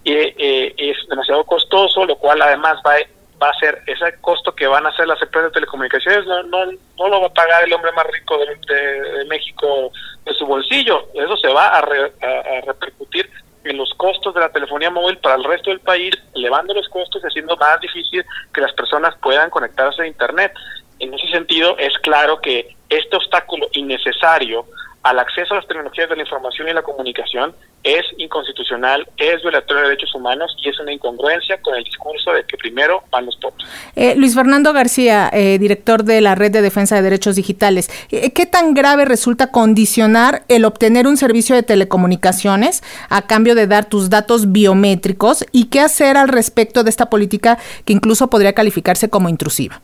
S14: Es demasiado costoso, lo cual además va a ser ese costo que van a hacer las empresas de telecomunicaciones, no lo va a pagar el hombre más rico de México de su bolsillo. Eso se va a repercutir en los costos de la telefonía móvil para el resto del país, elevando los costos y haciendo más difícil que las personas puedan conectarse a Internet. En ese sentido, es claro que este obstáculo innecesario al acceso a las tecnologías de la información y la comunicación es inconstitucional, es violatorio de derechos humanos y es una incongruencia con el discurso de que primero van los pobres.
S2: Luis Fernando García, director de la Red de Defensa de Derechos Digitales, ¿qué tan grave resulta condicionar el obtener un servicio de telecomunicaciones a cambio de dar tus datos biométricos y qué hacer al respecto de esta política que incluso podría calificarse como intrusiva?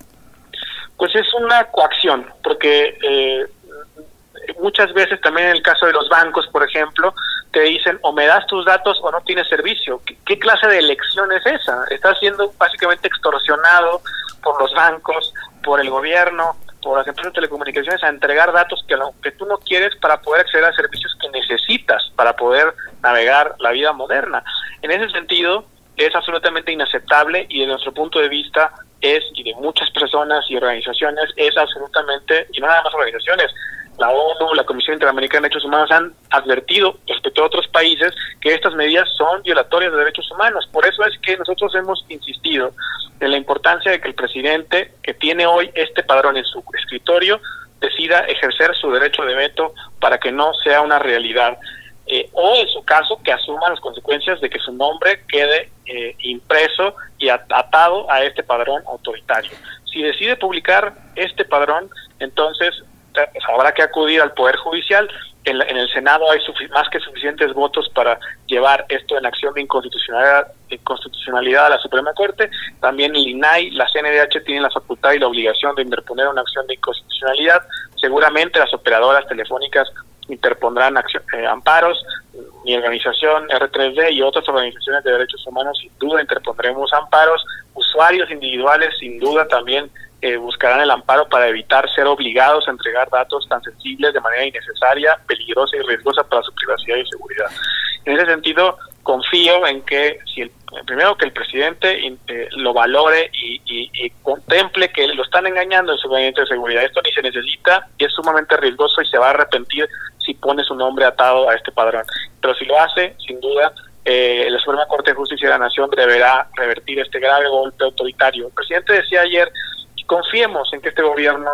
S14: Pues es una coacción, porque muchas veces también en el caso de los bancos, por ejemplo, te dicen o me das tus datos o no tienes servicio. ¿Qué clase de elección es esa? Estás siendo básicamente extorsionado por los bancos, por el gobierno, por las empresas de telecomunicaciones a entregar datos que tú no quieres para poder acceder a servicios que necesitas para poder navegar la vida moderna. En ese sentido, es absolutamente inaceptable y desde nuestro punto de vista y de muchas personas y organizaciones, es absolutamente, y no nada más organizaciones, la ONU, la Comisión Interamericana de Derechos Humanos han advertido respecto a otros países que estas medidas son violatorias de derechos humanos. Por eso es que nosotros hemos insistido en la importancia de que el presidente, que tiene hoy este padrón en su escritorio, decida ejercer su derecho de veto para que no sea una realidad. O en su caso, que asuma las consecuencias de que su nombre quede impreso y atado a este padrón autoritario. Si decide publicar este padrón, entonces habrá que acudir al Poder Judicial. En el Senado hay más que suficientes votos para llevar esto en acción de inconstitucionalidad a la Suprema Corte. También el INAI, la CNDH tienen la facultad y la obligación de interponer una acción de inconstitucionalidad. Seguramente las operadoras telefónicas interpondrán amparos. Mi organización R3D y otras organizaciones de derechos humanos sin duda interpondremos amparos. Usuarios individuales sin duda también buscarán el amparo para evitar ser obligados a entregar datos tan sensibles de manera innecesaria, peligrosa y riesgosa para su privacidad y seguridad. En ese sentido, confío en que primero que el presidente lo valore y contemple que lo están engañando en su gabinete de seguridad. Esto ni se necesita y es sumamente riesgoso y se va a arrepentir si pone su nombre atado a este padrón. Pero si lo hace, sin duda, la Suprema Corte de Justicia de la Nación deberá revertir este grave golpe autoritario. El presidente decía ayer, confiemos en que este gobierno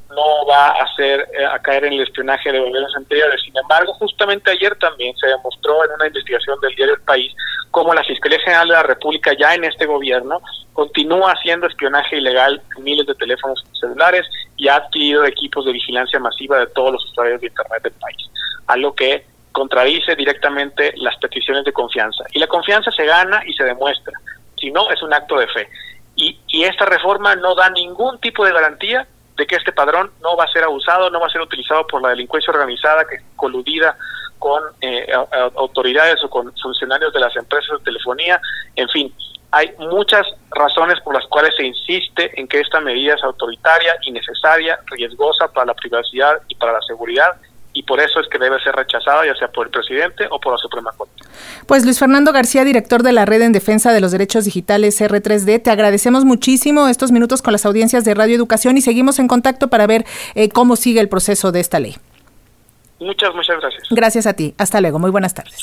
S14: no va a caer en el espionaje de gobiernos anteriores. Sin embargo, justamente ayer también se demostró en una investigación del diario El País cómo la Fiscalía General de la República, ya en este gobierno, continúa haciendo espionaje ilegal en miles de teléfonos celulares y ha adquirido equipos de vigilancia masiva de todos los usuarios de Internet del país, algo que contradice directamente las peticiones de confianza. Y la confianza se gana y se demuestra, si no es un acto de fe. Y esta reforma no da ningún tipo de garantía de que este padrón no va a ser abusado, no va a ser utilizado por la delincuencia organizada que coludida con autoridades o con funcionarios de las empresas de telefonía. En fin, hay muchas razones por las cuales se insiste en que esta medida es autoritaria, innecesaria, riesgosa para la privacidad y para la seguridad, y por eso es que debe ser rechazada, ya sea por el presidente o por la Suprema Corte.
S2: Pues Luis Fernando García, director de la Red en Defensa de los Derechos Digitales R3D, te agradecemos muchísimo estos minutos con las audiencias de Radio Educación y seguimos en contacto para ver cómo sigue el proceso de esta ley.
S14: Muchas gracias.
S2: Gracias a ti. Hasta luego. Muy buenas tardes.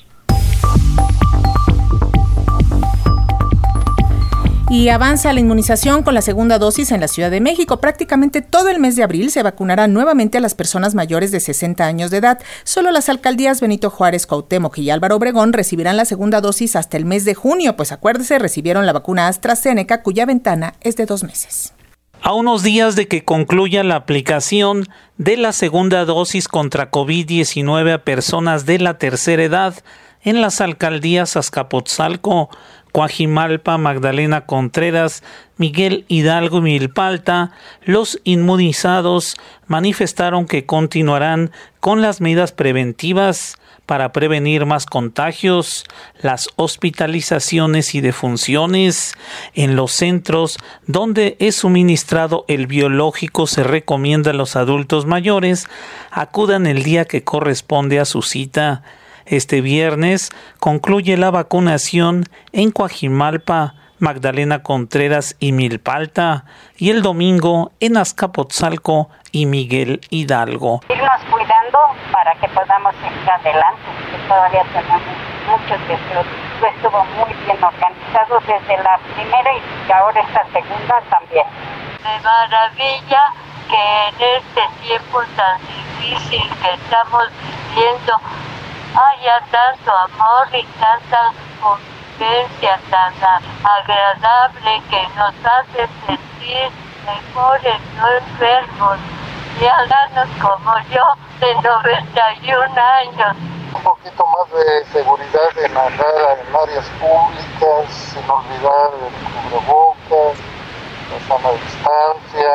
S2: Y avanza la inmunización con la segunda dosis en la Ciudad de México. Prácticamente todo el mes de abril se vacunará nuevamente a las personas mayores de 60 años de edad. Solo las alcaldías Benito Juárez, Cuauhtémoc y Álvaro Obregón recibirán la segunda dosis hasta el mes de junio, pues acuérdese, recibieron la vacuna AstraZeneca, cuya ventana es de 2 meses.
S8: A unos días de que concluya la aplicación de la segunda dosis contra COVID-19 a personas de la tercera edad en las alcaldías Azcapotzalco, Coajimalpa, Magdalena Contreras, Miguel Hidalgo y Milpalta, los inmunizados manifestaron que continuarán con las medidas preventivas para prevenir más contagios, las hospitalizaciones y defunciones. En los centros donde es suministrado el biológico se recomienda a los adultos mayores acudan el día que corresponde a su cita. Este viernes concluye la vacunación en Coajimalpa, Magdalena Contreras y Milpalta, y el domingo en Azcapotzalco y Miguel Hidalgo.
S15: Irnos cuidando para que podamos seguir adelante, que todavía tenemos muchos deseos. Estuvo muy bien organizado desde la primera y ahora esta segunda también.
S16: Me maravilla que en este tiempo tan difícil que estamos viviendo haya tanto amor y tanta convivencia tan agradable que nos hace sentir mejores, no enfermos, y háganos como yo de 91 años.
S17: Un poquito más de seguridad en áreas públicas, sin olvidar el cubrebocas, la sana distancia,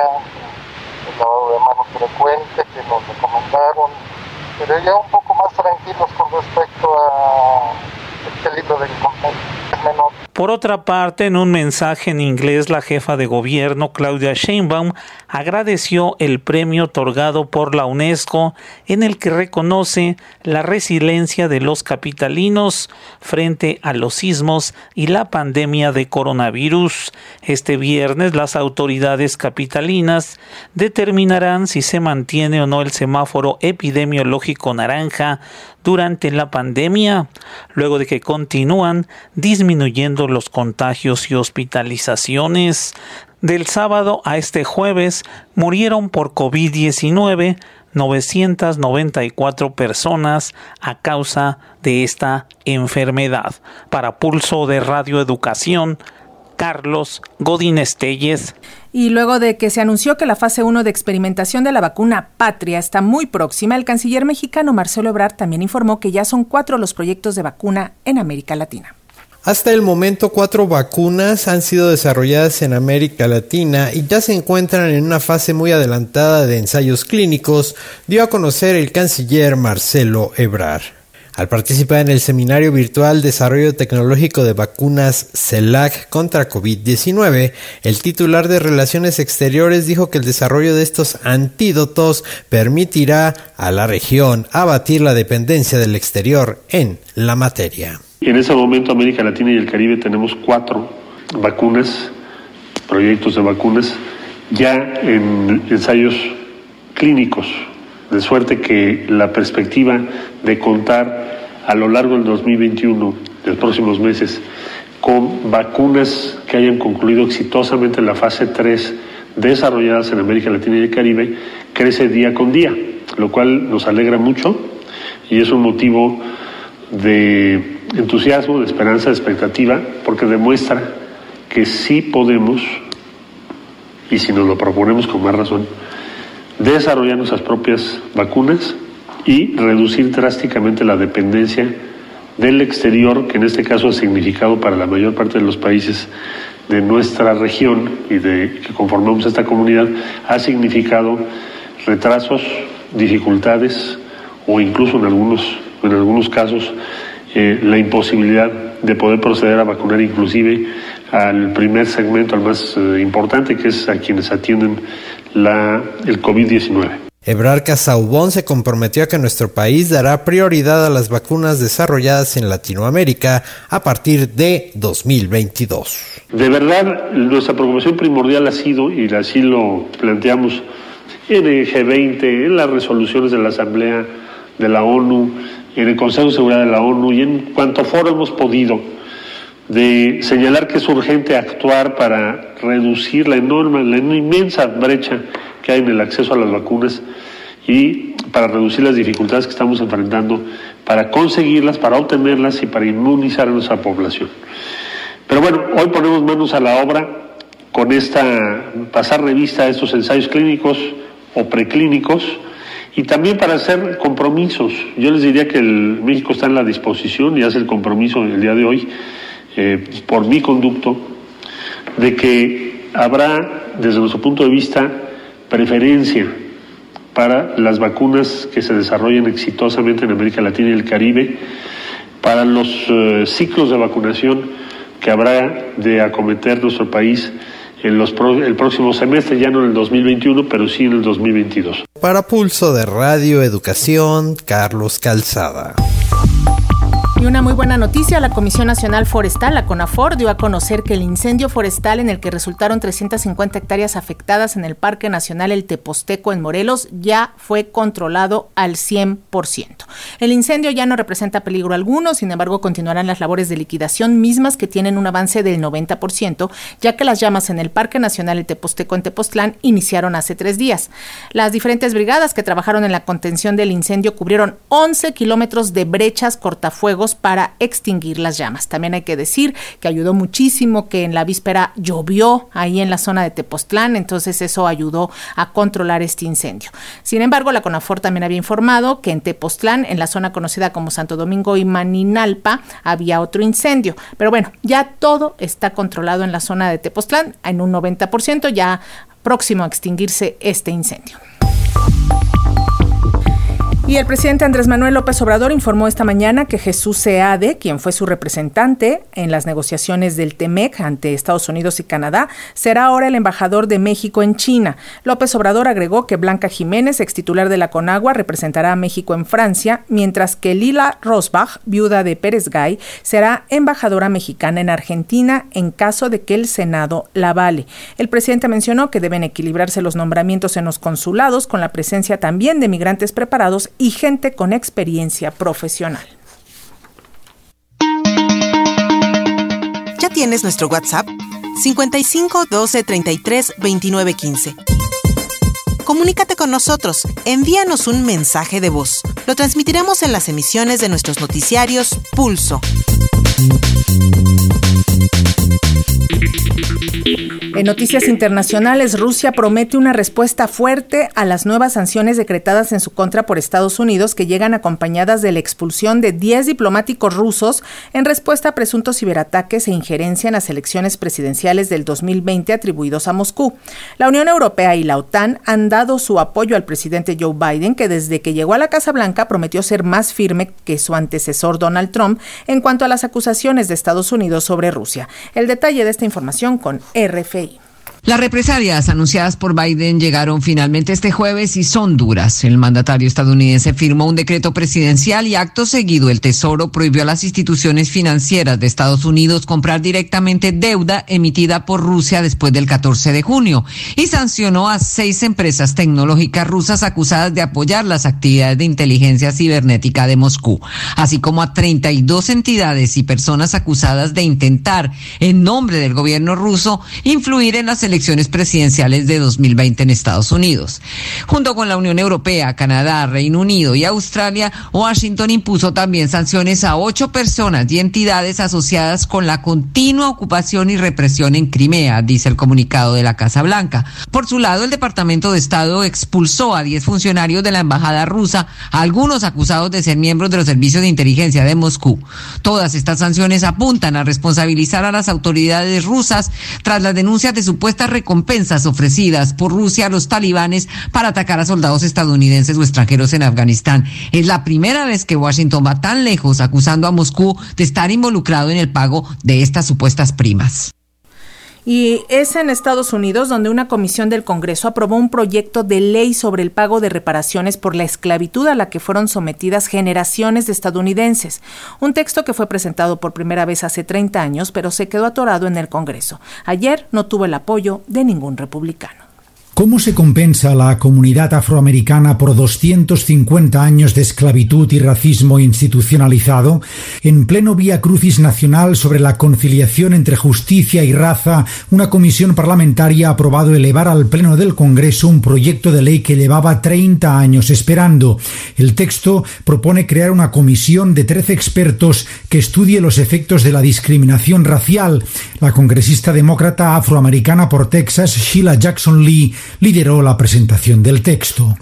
S17: el lavado de manos frecuente que nos recomendaron, pero ya un poco más tranquilos con respecto a el peligro del contagio. Es menor.
S8: Por otra parte, en un mensaje en inglés, la jefa de gobierno, Claudia Sheinbaum, agradeció el premio otorgado por la UNESCO en el que reconoce la resiliencia de los capitalinos frente a los sismos y la pandemia de coronavirus. Este viernes, las autoridades capitalinas determinarán si se mantiene o no el semáforo epidemiológico naranja durante la pandemia, luego de que continúan disminuyendo los contagios y hospitalizaciones. Del sábado a este jueves murieron por COVID-19 994 personas a causa de esta enfermedad. Para Pulso de Radio Educación, Carlos Godínez Tellez.
S2: Y luego de que se anunció que la fase 1 de experimentación de la vacuna Patria está muy próxima, el canciller mexicano Marcelo Ebrard también informó que ya son 4 los proyectos de vacuna en América Latina.
S18: Hasta el momento, 4 vacunas han sido desarrolladas en América Latina y ya se encuentran en una fase muy adelantada de ensayos clínicos, dio a conocer el canciller Marcelo Ebrard. Al participar en el seminario virtual Desarrollo Tecnológico de Vacunas CELAC contra COVID-19, el titular de Relaciones Exteriores dijo que el desarrollo de estos antídotos permitirá a la región abatir la dependencia del exterior en la materia.
S19: En ese momento América Latina y el Caribe tenemos 4 vacunas, proyectos de vacunas, ya en ensayos clínicos, de suerte que la perspectiva de contar a lo largo del 2021, de los próximos meses, con vacunas que hayan concluido exitosamente la fase 3 desarrolladas en América Latina y el Caribe crece día con día, lo cual nos alegra mucho y es un motivo de entusiasmo, de esperanza, de expectativa, porque demuestra que sí podemos, y si nos lo proponemos con más razón, desarrollar nuestras propias vacunas y reducir drásticamente la dependencia del exterior, que en este caso ha significado para la mayor parte de los países de nuestra región y de que conformamos esta comunidad, ha significado retrasos, dificultades o incluso en algunos casos la imposibilidad de poder proceder a vacunar inclusive al primer segmento, al más importante, que es a quienes atienden el COVID-19.
S18: Ebrard Casaubon se comprometió a que nuestro país dará prioridad a las vacunas desarrolladas en Latinoamérica a partir de 2022.
S19: De verdad, nuestra preocupación primordial ha sido, y así lo planteamos en el G20, en las resoluciones de la Asamblea de la ONU, en el Consejo de Seguridad de la ONU y en cuanto foro hemos podido, de señalar que es urgente actuar para reducir la inmensa brecha que hay en el acceso a las vacunas y para reducir las dificultades que estamos enfrentando para conseguirlas, para obtenerlas y para inmunizar a nuestra población. Pero bueno, hoy ponemos manos a la obra con pasar revista a estos ensayos clínicos o preclínicos y también para hacer compromisos. Yo les diría que México está en la disposición y hace el compromiso el día de hoy, por mi conducto, de que habrá, desde nuestro punto de vista, preferencia para las vacunas que se desarrollen exitosamente en América Latina y el Caribe, para los ciclos de vacunación que habrá de acometer nuestro país en el próximo semestre, ya no en el 2021, pero sí en el 2022.
S18: Para Pulso de Radio Educación, Carlos Calzada.
S2: Y una muy buena noticia, la Comisión Nacional Forestal, la CONAFOR, dio a conocer que el incendio forestal en el que resultaron 350 hectáreas afectadas en el Parque Nacional El Teposteco en Morelos ya fue controlado al 100%. El incendio ya no representa peligro alguno, sin embargo continuarán las labores de liquidación mismas que tienen un avance del 90%, ya que las llamas en el Parque Nacional El Teposteco en Tepoztlán iniciaron hace 3 días. Las diferentes brigadas que trabajaron en la contención del incendio cubrieron 11 kilómetros de brechas cortafuegos para extinguir las llamas. También hay que decir que ayudó muchísimo que en la víspera llovió ahí en la zona de Tepoztlán, entonces eso ayudó a controlar este incendio. Sin embargo, la CONAFOR también había informado que en Tepoztlán, en la zona conocida como Santo Domingo y Maninalpa, había otro incendio. Pero bueno, ya todo está controlado en la zona de Tepoztlán, en un 90%, ya próximo a extinguirse este incendio. Y el presidente Andrés Manuel López Obrador informó esta mañana que Jesús Seade, quien fue su representante en las negociaciones del TEMEC ante Estados Unidos y Canadá, será ahora el embajador de México en China. López Obrador agregó que Blanca Jiménez, extitular de la CONAGUA, representará a México en Francia, mientras que Lila Rosbach, viuda de Pérez Gay, será embajadora mexicana en Argentina en caso de que el Senado la avale. El presidente mencionó que deben equilibrarse los nombramientos en los consulados con la presencia también de migrantes preparados y gente con experiencia profesional.
S3: ¿Ya tienes nuestro WhatsApp? 55 12 33 29 15. Comunícate con nosotros, envíanos un mensaje de voz. Lo transmitiremos en las emisiones de nuestros noticiarios Pulso.
S2: En noticias internacionales, Rusia promete una respuesta fuerte a las nuevas sanciones decretadas en su contra por Estados Unidos, que llegan acompañadas de la expulsión de 10 diplomáticos rusos en respuesta a presuntos ciberataques e injerencia en las elecciones presidenciales del 2020 atribuidos a Moscú. La Unión Europea y la OTAN han dado su apoyo al presidente Joe Biden, que desde que llegó a la Casa Blanca prometió ser más firme que su antecesor Donald Trump en cuanto a las acusaciones de Estados Unidos sobre Rusia. El detalle de esta información con RFI.
S20: Las represalias anunciadas por Biden llegaron finalmente este jueves y son duras. El mandatario estadounidense firmó un decreto presidencial y acto seguido el Tesoro prohibió a las instituciones financieras de Estados Unidos comprar directamente deuda emitida por Rusia después del 14 de junio y sancionó a 6 empresas tecnológicas rusas acusadas de apoyar las actividades de inteligencia cibernética de Moscú, así como a 32 entidades y personas acusadas de intentar, en nombre del gobierno ruso, influir en las elecciones elecciones presidenciales de 2020 en Estados Unidos. Junto con la Unión Europea, Canadá, Reino Unido y Australia, Washington impuso también sanciones a 8 personas y entidades asociadas con la continua ocupación y represión en Crimea, dice el comunicado de la Casa Blanca. Por su lado, el Departamento de Estado expulsó a 10 funcionarios de la embajada rusa, algunos acusados de ser miembros de los servicios de inteligencia de Moscú. Todas estas sanciones apuntan a responsabilizar a las autoridades rusas tras las denuncias de supuestas recompensas ofrecidas por Rusia a los talibanes para atacar a soldados estadounidenses o extranjeros en Afganistán. Es la primera vez que Washington va tan lejos acusando a Moscú de estar involucrado en el pago de estas supuestas primas.
S2: Y es en Estados Unidos donde una comisión del Congreso aprobó un proyecto de ley sobre el pago de reparaciones por la esclavitud a la que fueron sometidas generaciones de estadounidenses. Un texto que fue presentado por primera vez hace 30 años, pero se quedó atorado en el Congreso. Ayer no tuvo el apoyo de ningún republicano.
S21: ¿Cómo se compensa a la comunidad afroamericana por 250 años de esclavitud y racismo institucionalizado? En pleno Vía Crucis nacional sobre la conciliación entre justicia y raza, una comisión parlamentaria ha aprobado elevar al Pleno del Congreso un proyecto de ley que llevaba 30 años esperando. El texto propone crear una comisión de 13 expertos que estudie los efectos de la discriminación racial. La congresista demócrata afroamericana por Texas, Sheila Jackson Lee, lideró la presentación del texto.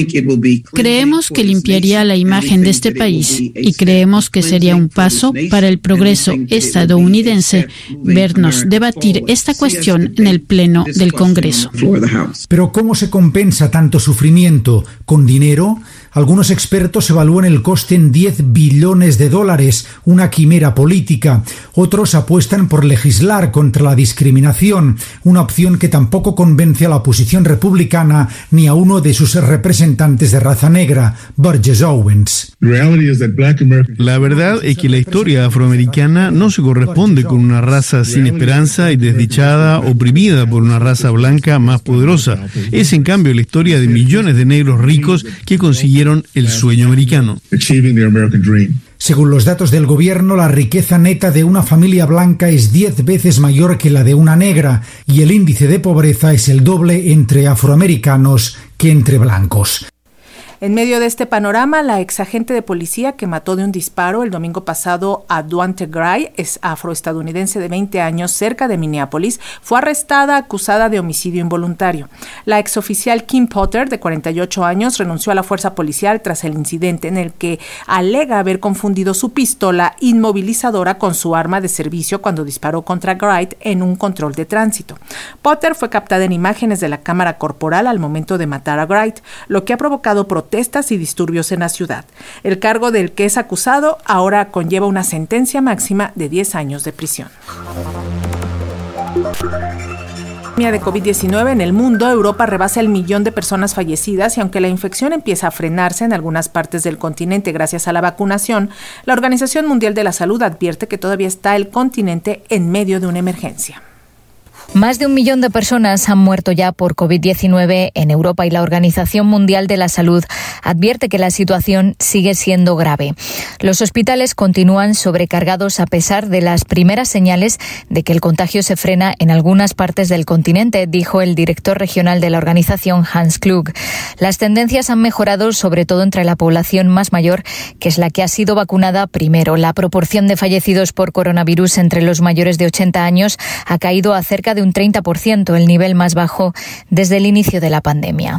S22: Creemos que limpiaría la imagen de este país y creemos que sería un paso para el progreso estadounidense vernos debatir esta cuestión en el Pleno del Congreso.
S21: Pero ¿cómo se compensa tanto sufrimiento? ¿Con dinero? Algunos expertos evalúan el coste en $10 billones, una quimera política. Otros apuestan por legislar contra la discriminación, una opción que tampoco convence a la oposición republicana ni a uno de sus representantes de raza negra, Burgess Owens.
S23: La verdad es que la historia afroamericana no se corresponde con una raza sin esperanza y desdichada, oprimida por una raza blanca más poderosa. Es en cambio la historia de millones de negros ricos que consiguieron el sueño americano.
S21: Según los datos del gobierno, la riqueza neta de una familia blanca es 10 veces mayor que la de una negra y el índice de pobreza es el doble entre afroamericanos que entre blancos.
S2: En medio de este panorama, la exagente de policía que mató de un disparo el domingo pasado a Daunte Gray, es afroestadounidense de 20 años, cerca de Minneapolis, fue arrestada acusada de homicidio involuntario. La exoficial Kim Potter, de 48 años, renunció a la fuerza policial tras el incidente en el que alega haber confundido su pistola inmovilizadora con su arma de servicio cuando disparó contra Gray en un control de tránsito. Potter fue captada en imágenes de la cámara corporal al momento de matar a Gray, lo que ha provocado protestas y disturbios en la ciudad. El cargo del que es acusado ahora conlleva una sentencia máxima de 10 años de prisión. De COVID-19 en el mundo, Europa rebasa el 1.000.000 de personas fallecidas y aunque la infección empieza a frenarse en algunas partes del continente gracias a la vacunación, la Organización Mundial de la Salud advierte que todavía está el continente en medio de una emergencia.
S24: Más de 1.000.000 de personas han muerto ya por COVID-19 en Europa y la Organización Mundial de la Salud advierte que la situación sigue siendo grave. Los hospitales continúan sobrecargados a pesar de las primeras señales de que el contagio se frena en algunas partes del continente, dijo el director regional de la organización, Hans Klug. Las tendencias han mejorado sobre todo entre la población más mayor, que es la que ha sido vacunada primero. La proporción de fallecidos por coronavirus entre los mayores de 80 años ha caído a cerca de un 30%, el nivel más bajo desde el inicio de la pandemia.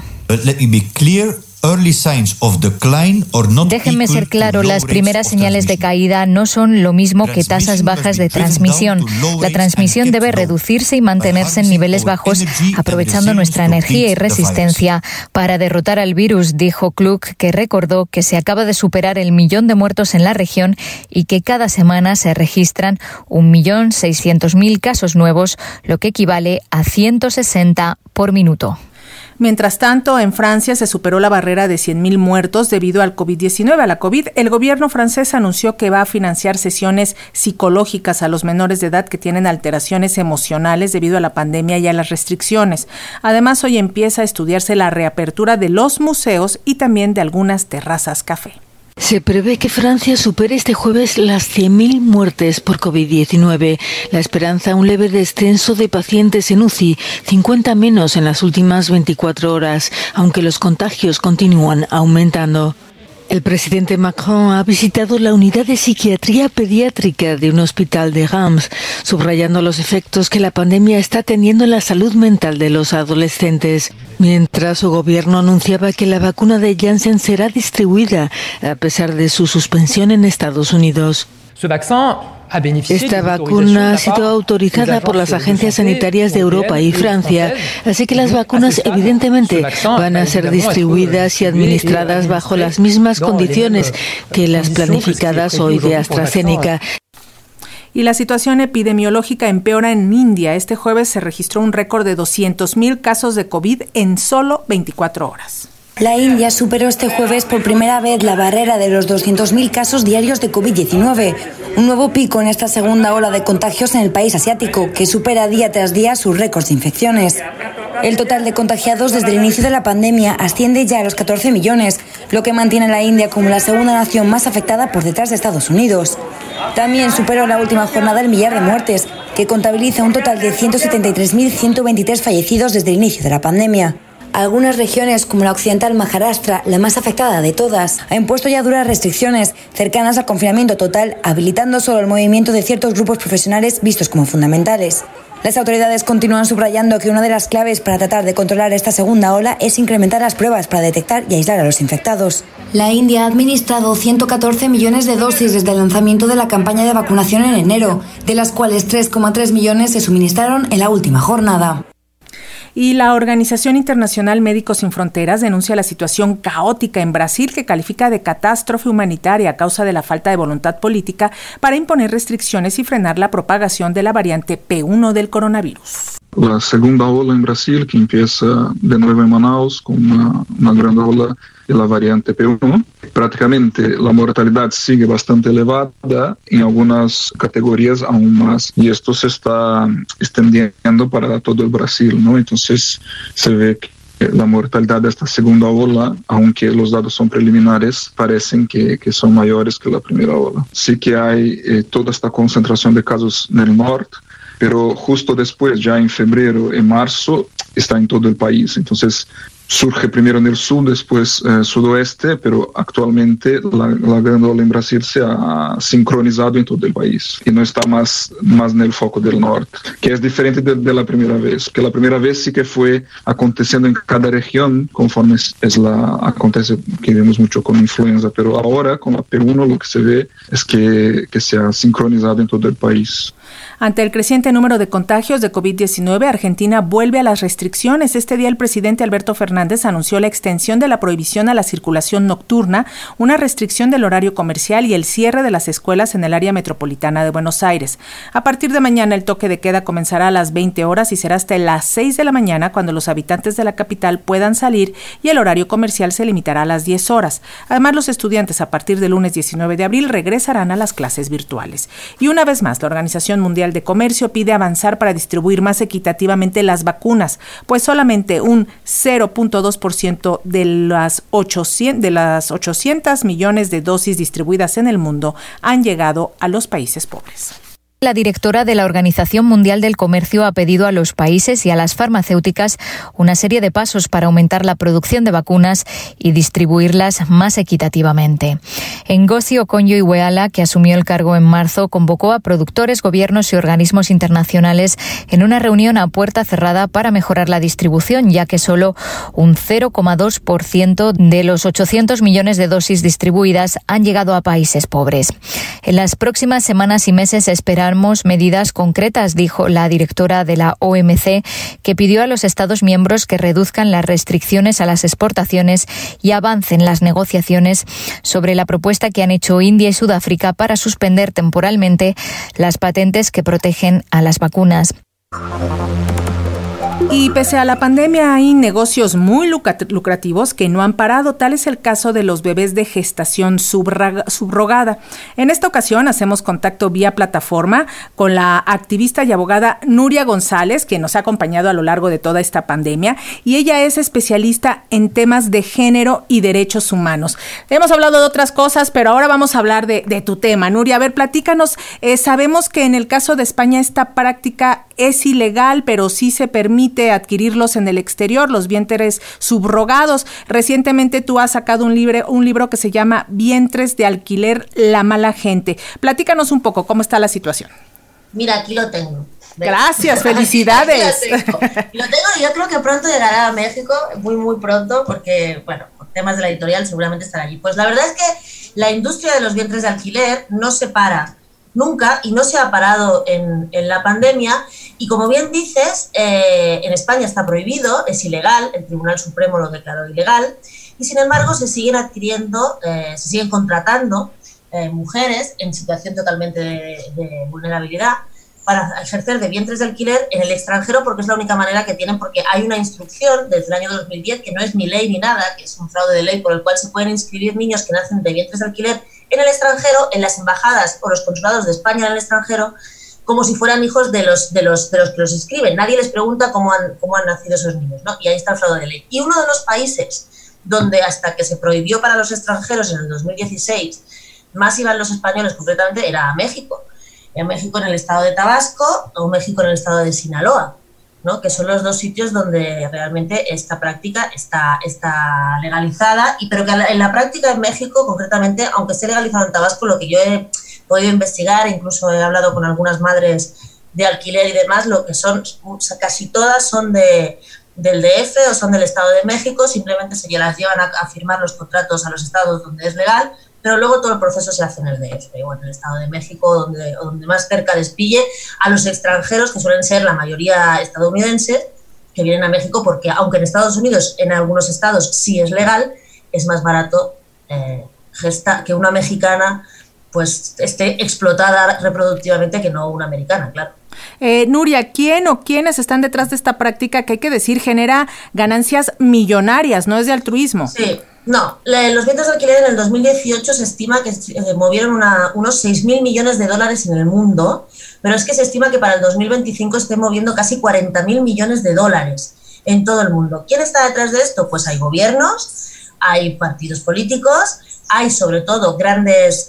S24: Déjenme ser claro, las primeras señales de caída no son lo mismo que tasas bajas de transmisión. La transmisión debe reducirse y mantenerse en niveles bajos, aprovechando nuestra energía y resistencia para derrotar al virus, dijo Klug, que recordó que se acaba de superar el 1.000.000 de muertos en la región y que cada semana se registran 1.600.000 casos nuevos, lo que equivale a 160 por minuto.
S2: Mientras tanto, en Francia se superó la barrera de 100.000 muertos debido al COVID-19. A la COVID, el gobierno francés anunció que va a financiar sesiones psicológicas a los menores de edad que tienen alteraciones emocionales debido a la pandemia y a las restricciones. Además, hoy empieza a estudiarse la reapertura de los museos y también de algunas terrazas café.
S5: Se prevé que Francia supere este jueves las 100.000 muertes por COVID-19. La esperanza, un leve descenso de pacientes en UCI, 50 menos en las últimas 24 horas, aunque los contagios continúan aumentando. El presidente Macron ha visitado la unidad de psiquiatría pediátrica de un hospital de Reims, subrayando los efectos que la pandemia está teniendo en la salud mental de los adolescentes, mientras su gobierno anunciaba que la vacuna de Janssen será distribuida a pesar de su suspensión en Estados Unidos. Esta vacuna ha sido autorizada por las agencias sanitarias de Europa y Francia, así que las vacunas evidentemente van a ser distribuidas y administradas bajo las mismas condiciones que las planificadas hoy de AstraZeneca.
S2: Y la situación epidemiológica empeora en India. Este jueves se registró un récord de 200.000 casos de COVID en solo 24 horas.
S6: La India superó este jueves por primera vez la barrera de los 200.000 casos diarios de COVID-19, un nuevo pico en esta segunda ola de contagios en el país asiático, que supera día tras día sus récords de infecciones. El total de contagiados desde el inicio de la pandemia asciende ya a los 14 millones, lo que mantiene a la India como la segunda nación más afectada por detrás de Estados Unidos. También superó la última jornada el millar de muertes, que contabiliza un total de 173.123 fallecidos desde el inicio de la pandemia. Algunas regiones, como la occidental Maharashtra, la más afectada de todas, ha impuesto ya duras restricciones cercanas al confinamiento total, habilitando solo el movimiento de ciertos grupos profesionales vistos como fundamentales. Las autoridades continúan subrayando que una de las claves para tratar de controlar esta segunda ola es incrementar las pruebas para detectar y aislar a los infectados. La India ha administrado 114 millones de dosis desde el lanzamiento de la campaña de vacunación en enero, de las cuales 3,3 millones se suministraron en la última jornada.
S2: Y la Organización Internacional Médicos Sin Fronteras denuncia la situación caótica en Brasil, que califica de catástrofe humanitaria a causa de la falta de voluntad política para imponer restricciones y frenar la propagación de la variante P1 del coronavirus.
S7: La segunda ola en Brasil, que empieza de nuevo en Manaus con una gran ola de la variante P1. Prácticamente la mortalidad sigue bastante elevada, en algunas categorías aún más, y esto se está extendiendo para todo el Brasil, ¿no? Entonces se ve que la mortalidad de esta segunda ola, aunque los datos son preliminares, parecen que son mayores que la primera ola. Sí que hay toda esta concentración de casos en el norte, pero justo después, ya en febrero, en marzo, está en todo el país. Entonces surge primero en el sur, después sudoeste, pero actualmente la gran ola en Brasil se ha sincronizado en todo el país y no está más en el foco del norte, que es diferente de la primera vez, que la primera vez sí que fue aconteciendo en cada región conforme acontece, que vemos mucho con influenza, pero ahora con la P1 lo que se ve es que se ha sincronizado en todo el país.
S2: Ante el creciente número de contagios de COVID-19, Argentina vuelve a las restricciones. Este día el presidente Alberto Fernández anunció la extensión de la prohibición a la circulación nocturna, una restricción del horario comercial y el cierre de las escuelas en el área metropolitana de Buenos Aires. A partir de mañana el toque de queda comenzará a las 20 horas y será hasta las 6 de la mañana cuando los habitantes de la capital puedan salir, y el horario comercial se limitará a las 10 horas. Además, los estudiantes a partir del lunes 19 de abril regresarán a las clases virtuales. Y una vez más, la Organización Mundial de Comercio pide avanzar para distribuir más equitativamente las vacunas, pues solamente un 0.2% de las 800 millones de dosis distribuidas en el mundo han llegado a los países pobres.
S24: La directora de la Organización Mundial del Comercio ha pedido a los países y a las farmacéuticas una serie de pasos para aumentar la producción de vacunas y distribuirlas más equitativamente. Ngozi Okonjo-Iweala, que asumió el cargo en marzo, convocó a productores, gobiernos y organismos internacionales en una reunión a puerta cerrada para mejorar la distribución, ya que solo un 0,2% de los 800 millones de dosis distribuidas han llegado a países pobres. En las próximas semanas y meses esperamos medidas concretas, dijo la directora de la OMC, que pidió a los Estados miembros que reduzcan las restricciones a las exportaciones y avancen las negociaciones sobre la propuesta que han hecho India y Sudáfrica para suspender temporalmente las patentes que protegen a las vacunas.
S2: Y pese a la pandemia hay negocios muy lucrativos que no han parado, tal es el caso de los bebés de gestación subrogada. En esta ocasión hacemos contacto vía plataforma con la activista y abogada Nuria González, quien nos ha acompañado a lo largo de toda esta pandemia, y ella es especialista en temas de género y derechos humanos. Hemos hablado de otras cosas, pero ahora vamos a hablar de tu tema. Nuria, a ver, platícanos. Sabemos que en el caso de España esta práctica es ilegal, pero sí se permite adquirirlos en el exterior, los vientres subrogados. Recientemente tú has sacado un libro que se llama Vientres de alquiler, la mala gente. Platícanos un poco cómo está la situación.
S1: Mira, aquí lo tengo.
S2: Gracias, felicidades.
S1: Lo tengo y yo creo que pronto llegará a México, muy muy pronto, porque, bueno, por temas de la editorial seguramente estará allí. Pues la verdad es que la industria de los vientres de alquiler no se para nunca y no se ha parado en la pandemia, y como bien dices, en España está prohibido, es ilegal, el Tribunal Supremo lo declaró ilegal, y sin embargo se siguen adquiriendo, se siguen contratando mujeres en situación totalmente de vulnerabilidad para ejercer de vientres de alquiler en el extranjero, porque es la única manera que tienen, porque hay una instrucción desde el año 2010 que no es ni ley ni nada, que es un fraude de ley por el cual se pueden inscribir niños que nacen de vientres de alquiler en el extranjero, en las embajadas o los consulados de España en el extranjero, como si fueran hijos de los que los inscriben. Nadie les pregunta cómo han nacido esos niños, ¿no? Y ahí está el fraude de ley. Y uno de los países donde hasta que se prohibió para los extranjeros en el 2016, más iban los españoles concretamente, era a México. En México en el estado de Tabasco o México en el estado de Sinaloa, ¿no? Que son los dos sitios donde realmente esta práctica está legalizada, pero que en la práctica en México concretamente, aunque esté legalizado en Tabasco, lo que yo he podido investigar, incluso he hablado con algunas madres de alquiler y demás, lo que son, casi todas son del DF o son del Estado de México, simplemente se las llevan a firmar los contratos a los estados donde es legal, pero luego todo el proceso se hace en el DF, o en el Estado de México, donde más cerca les pille a los extranjeros, que suelen ser la mayoría estadounidenses, que vienen a México, porque aunque en Estados Unidos, en algunos estados sí es legal, es más barato que una mexicana pues esté explotada reproductivamente que no una americana, claro.
S2: Nuria, ¿quién o quiénes están detrás de esta práctica que hay que decir genera ganancias millonarias, no es de altruismo?
S1: Sí, no, los vientres de alquiler en el 2018 se estima que movieron unos 6.000 millones de dólares en el mundo, pero es que se estima que para el 2025 estén moviendo casi 40.000 millones de dólares en todo el mundo. ¿Quién está detrás de esto? Pues hay gobiernos, hay partidos políticos, hay sobre todo grandes,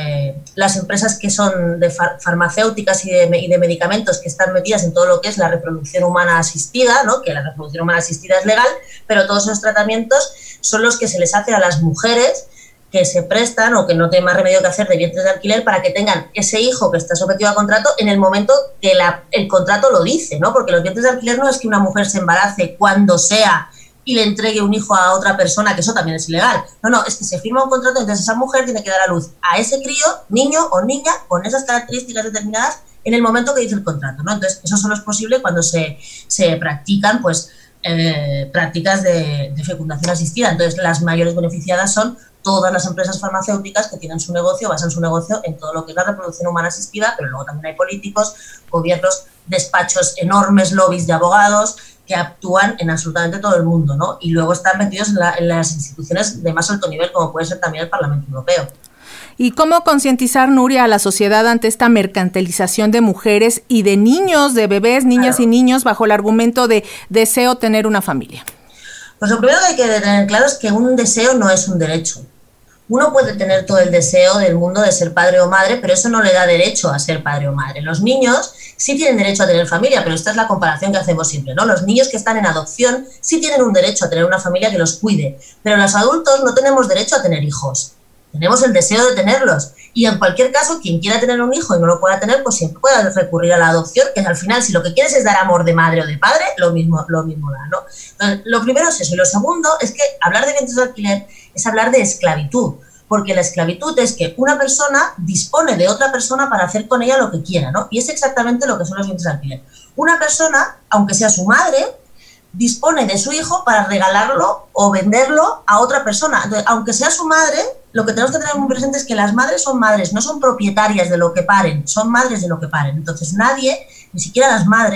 S1: las empresas que son de farmacéuticas y de medicamentos que están metidas en todo lo que es la reproducción humana asistida, ¿no? Que la reproducción humana asistida es legal, pero todos esos tratamientos son los que se les hace a las mujeres que se prestan o que no tienen más remedio que hacer de vientres de alquiler para que tengan ese hijo que está sometido a contrato en el momento que el contrato lo dice, ¿no? Porque los vientres de alquiler no es que una mujer se embarace cuando sea y le entregue un hijo a otra persona, que eso también es ilegal. No, es que se firma un contrato, entonces esa mujer tiene que dar a luz a ese crío, niño o niña, con esas características determinadas en el momento que dice el contrato, ¿no? Entonces, eso solo es posible cuando se practican, pues, prácticas de fecundación asistida. Entonces, las mayores beneficiadas son todas las empresas farmacéuticas que tienen su negocio, basan su negocio en todo lo que es la reproducción humana asistida, pero luego también hay políticos, gobiernos, despachos, enormes lobbies de abogados que actúan en absolutamente todo el mundo, ¿no? Y luego están metidos en las instituciones de más alto nivel, como puede ser también el Parlamento Europeo.
S2: ¿Y cómo concientizar, Nuria, a la sociedad ante esta mercantilización de mujeres y de niños, de bebés, niñas y niños, bajo el argumento de deseo tener una familia?
S1: Pues lo primero que hay que tener claro es que un deseo no es un derecho. Uno puede tener todo el deseo del mundo de ser padre o madre, pero eso no le da derecho a ser padre o madre. Los niños sí tienen derecho a tener familia, pero esta es la comparación que hacemos siempre, ¿no? Los niños que están en adopción sí tienen un derecho a tener una familia que los cuide, pero los adultos no tenemos derecho a tener hijos. Tenemos el deseo de tenerlos. Y en cualquier caso, quien quiera tener un hijo y no lo pueda tener, pues siempre puede recurrir a la adopción, que al final, si lo que quieres es dar amor de madre o de padre, lo mismo da, ¿no? Entonces, lo primero es eso. Y lo segundo es que hablar de vientres de alquiler es hablar de esclavitud, porque la esclavitud es que una persona dispone de otra persona para hacer con ella lo que quiera, ¿no? Y es exactamente lo que son los vientres de alquiler. Una persona, aunque sea su madre, dispone de su hijo para regalarlo o venderlo a otra persona. Entonces, aunque sea su madre, lo que tenemos que tener muy presente es que las madres son madres, no son propietarias de lo que paren, son madres de lo que paren. Entonces nadie, ni siquiera las madres,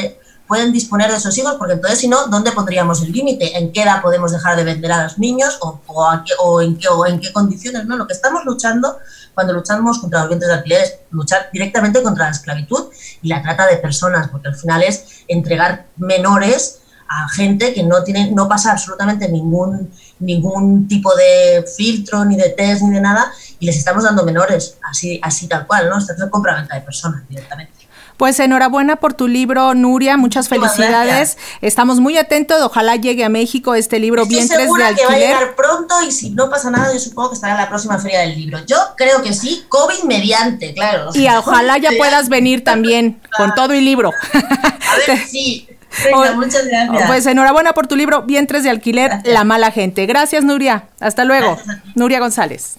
S1: pueden disponer de esos hijos, porque entonces, si no, ¿dónde pondríamos el límite? ¿En qué edad podemos dejar de vender a los niños o en qué condiciones? ¿No? Lo que estamos luchando cuando luchamos contra los vientres de alquiler es luchar directamente contra la esclavitud y la trata de personas, porque al final es entregar menores a gente que no pasa absolutamente ningún tipo de filtro, ni de test, ni de nada, y les estamos dando menores, así tal cual, ¿no? Esto es compra-venta de personas directamente.
S2: Pues enhorabuena por tu libro, Nuria, muchas felicidades. Gracias. Estamos muy atentos, ojalá llegue a México este libro, Vientres de Alquiler.
S1: Estoy segura que va a llegar pronto y si no pasa nada, yo supongo que estará en la próxima Feria del Libro. Yo creo que sí, COVID mediante, claro.
S2: Y ojalá ya puedas venir también, con todo y libro.
S1: A ver, sí. Venga, muchas gracias.
S2: Pues enhorabuena por tu libro, Vientres de Alquiler, gracias. La mala gente. Gracias, Nuria. Hasta luego. Nuria González.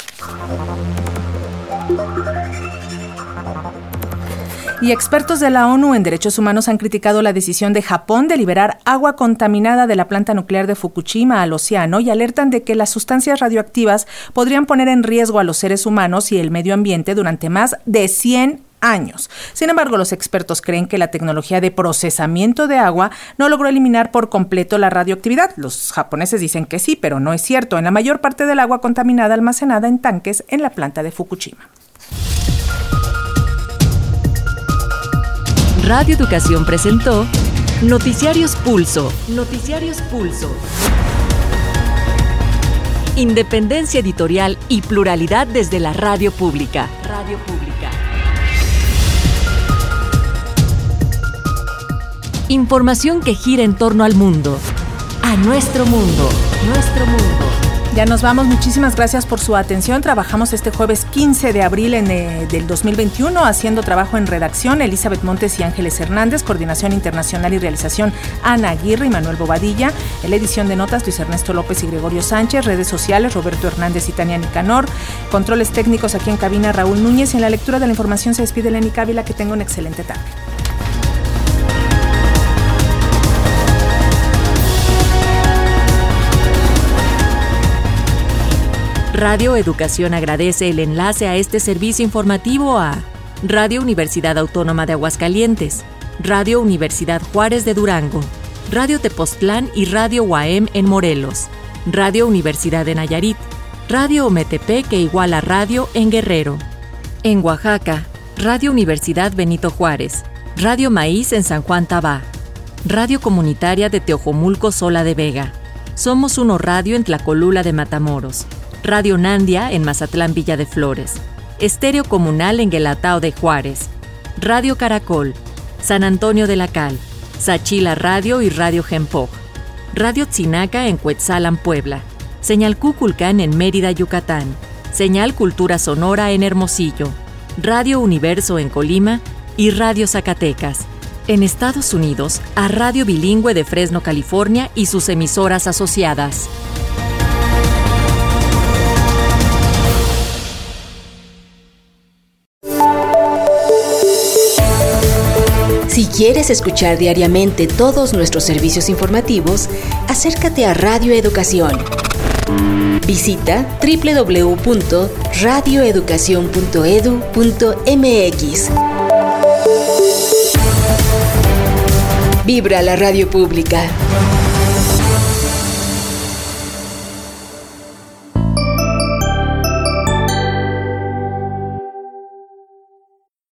S2: Y expertos de la ONU en Derechos Humanos han criticado la decisión de Japón de liberar agua contaminada de la planta nuclear de Fukushima al océano y alertan de que las sustancias radioactivas podrían poner en riesgo a los seres humanos y el medio ambiente durante más de 100 años. Sin embargo, los expertos creen que la tecnología de procesamiento de agua no logró eliminar por completo la radioactividad. Los japoneses dicen que sí, pero no es cierto. En la mayor parte del agua contaminada almacenada en tanques en la planta de Fukushima.
S9: Radio Educación presentó Noticiarios Pulso. Noticiarios Pulso. Independencia editorial y pluralidad desde la radio pública. Radio Pública. Información que gira en torno al mundo. A nuestro mundo. Nuestro mundo.
S2: Ya nos vamos, muchísimas gracias por su atención. Trabajamos este jueves 15 de abril del 2021, haciendo trabajo en redacción Elizabeth Montes y Ángeles Hernández, coordinación internacional y realización Ana Aguirre y Manuel Bobadilla, en la edición de notas Luis Ernesto López y Gregorio Sánchez, redes sociales Roberto Hernández y Tania Nicanor, controles técnicos aquí en cabina Raúl Núñez y en la lectura de la información se despide Lenny Cávila. Que tenga una excelente tarde.
S9: Radio Educación agradece el enlace a este servicio informativo a Radio Universidad Autónoma de Aguascalientes, Radio Universidad Juárez de Durango, Radio Tepoztlán y Radio UAM en Morelos, Radio Universidad de Nayarit, Radio Ometepec e Iguala Radio en Guerrero. En Oaxaca, Radio Universidad Benito Juárez, Radio Maíz en San Juan Tabá, Radio Comunitaria de Teojomulco Sola de Vega, Somos Uno Radio en Tlacolula de Matamoros, Radio Nandia en Mazatlán Villa de Flores, Estéreo Comunal en Guelatao de Juárez, Radio Caracol, San Antonio de la Cal, Sachila Radio y Radio Gempoj, Radio Tzinaca en Cuetzalan, Puebla, Señal Cuculcán en Mérida, Yucatán, Señal Cultura Sonora en Hermosillo, Radio Universo en Colima y Radio Zacatecas. En Estados Unidos, a Radio Bilingüe de Fresno, California y sus emisoras asociadas.
S10: Si quieres escuchar diariamente todos nuestros servicios informativos, acércate a Radio Educación. Visita www.radioeducacion.edu.mx. Vibra la radio pública.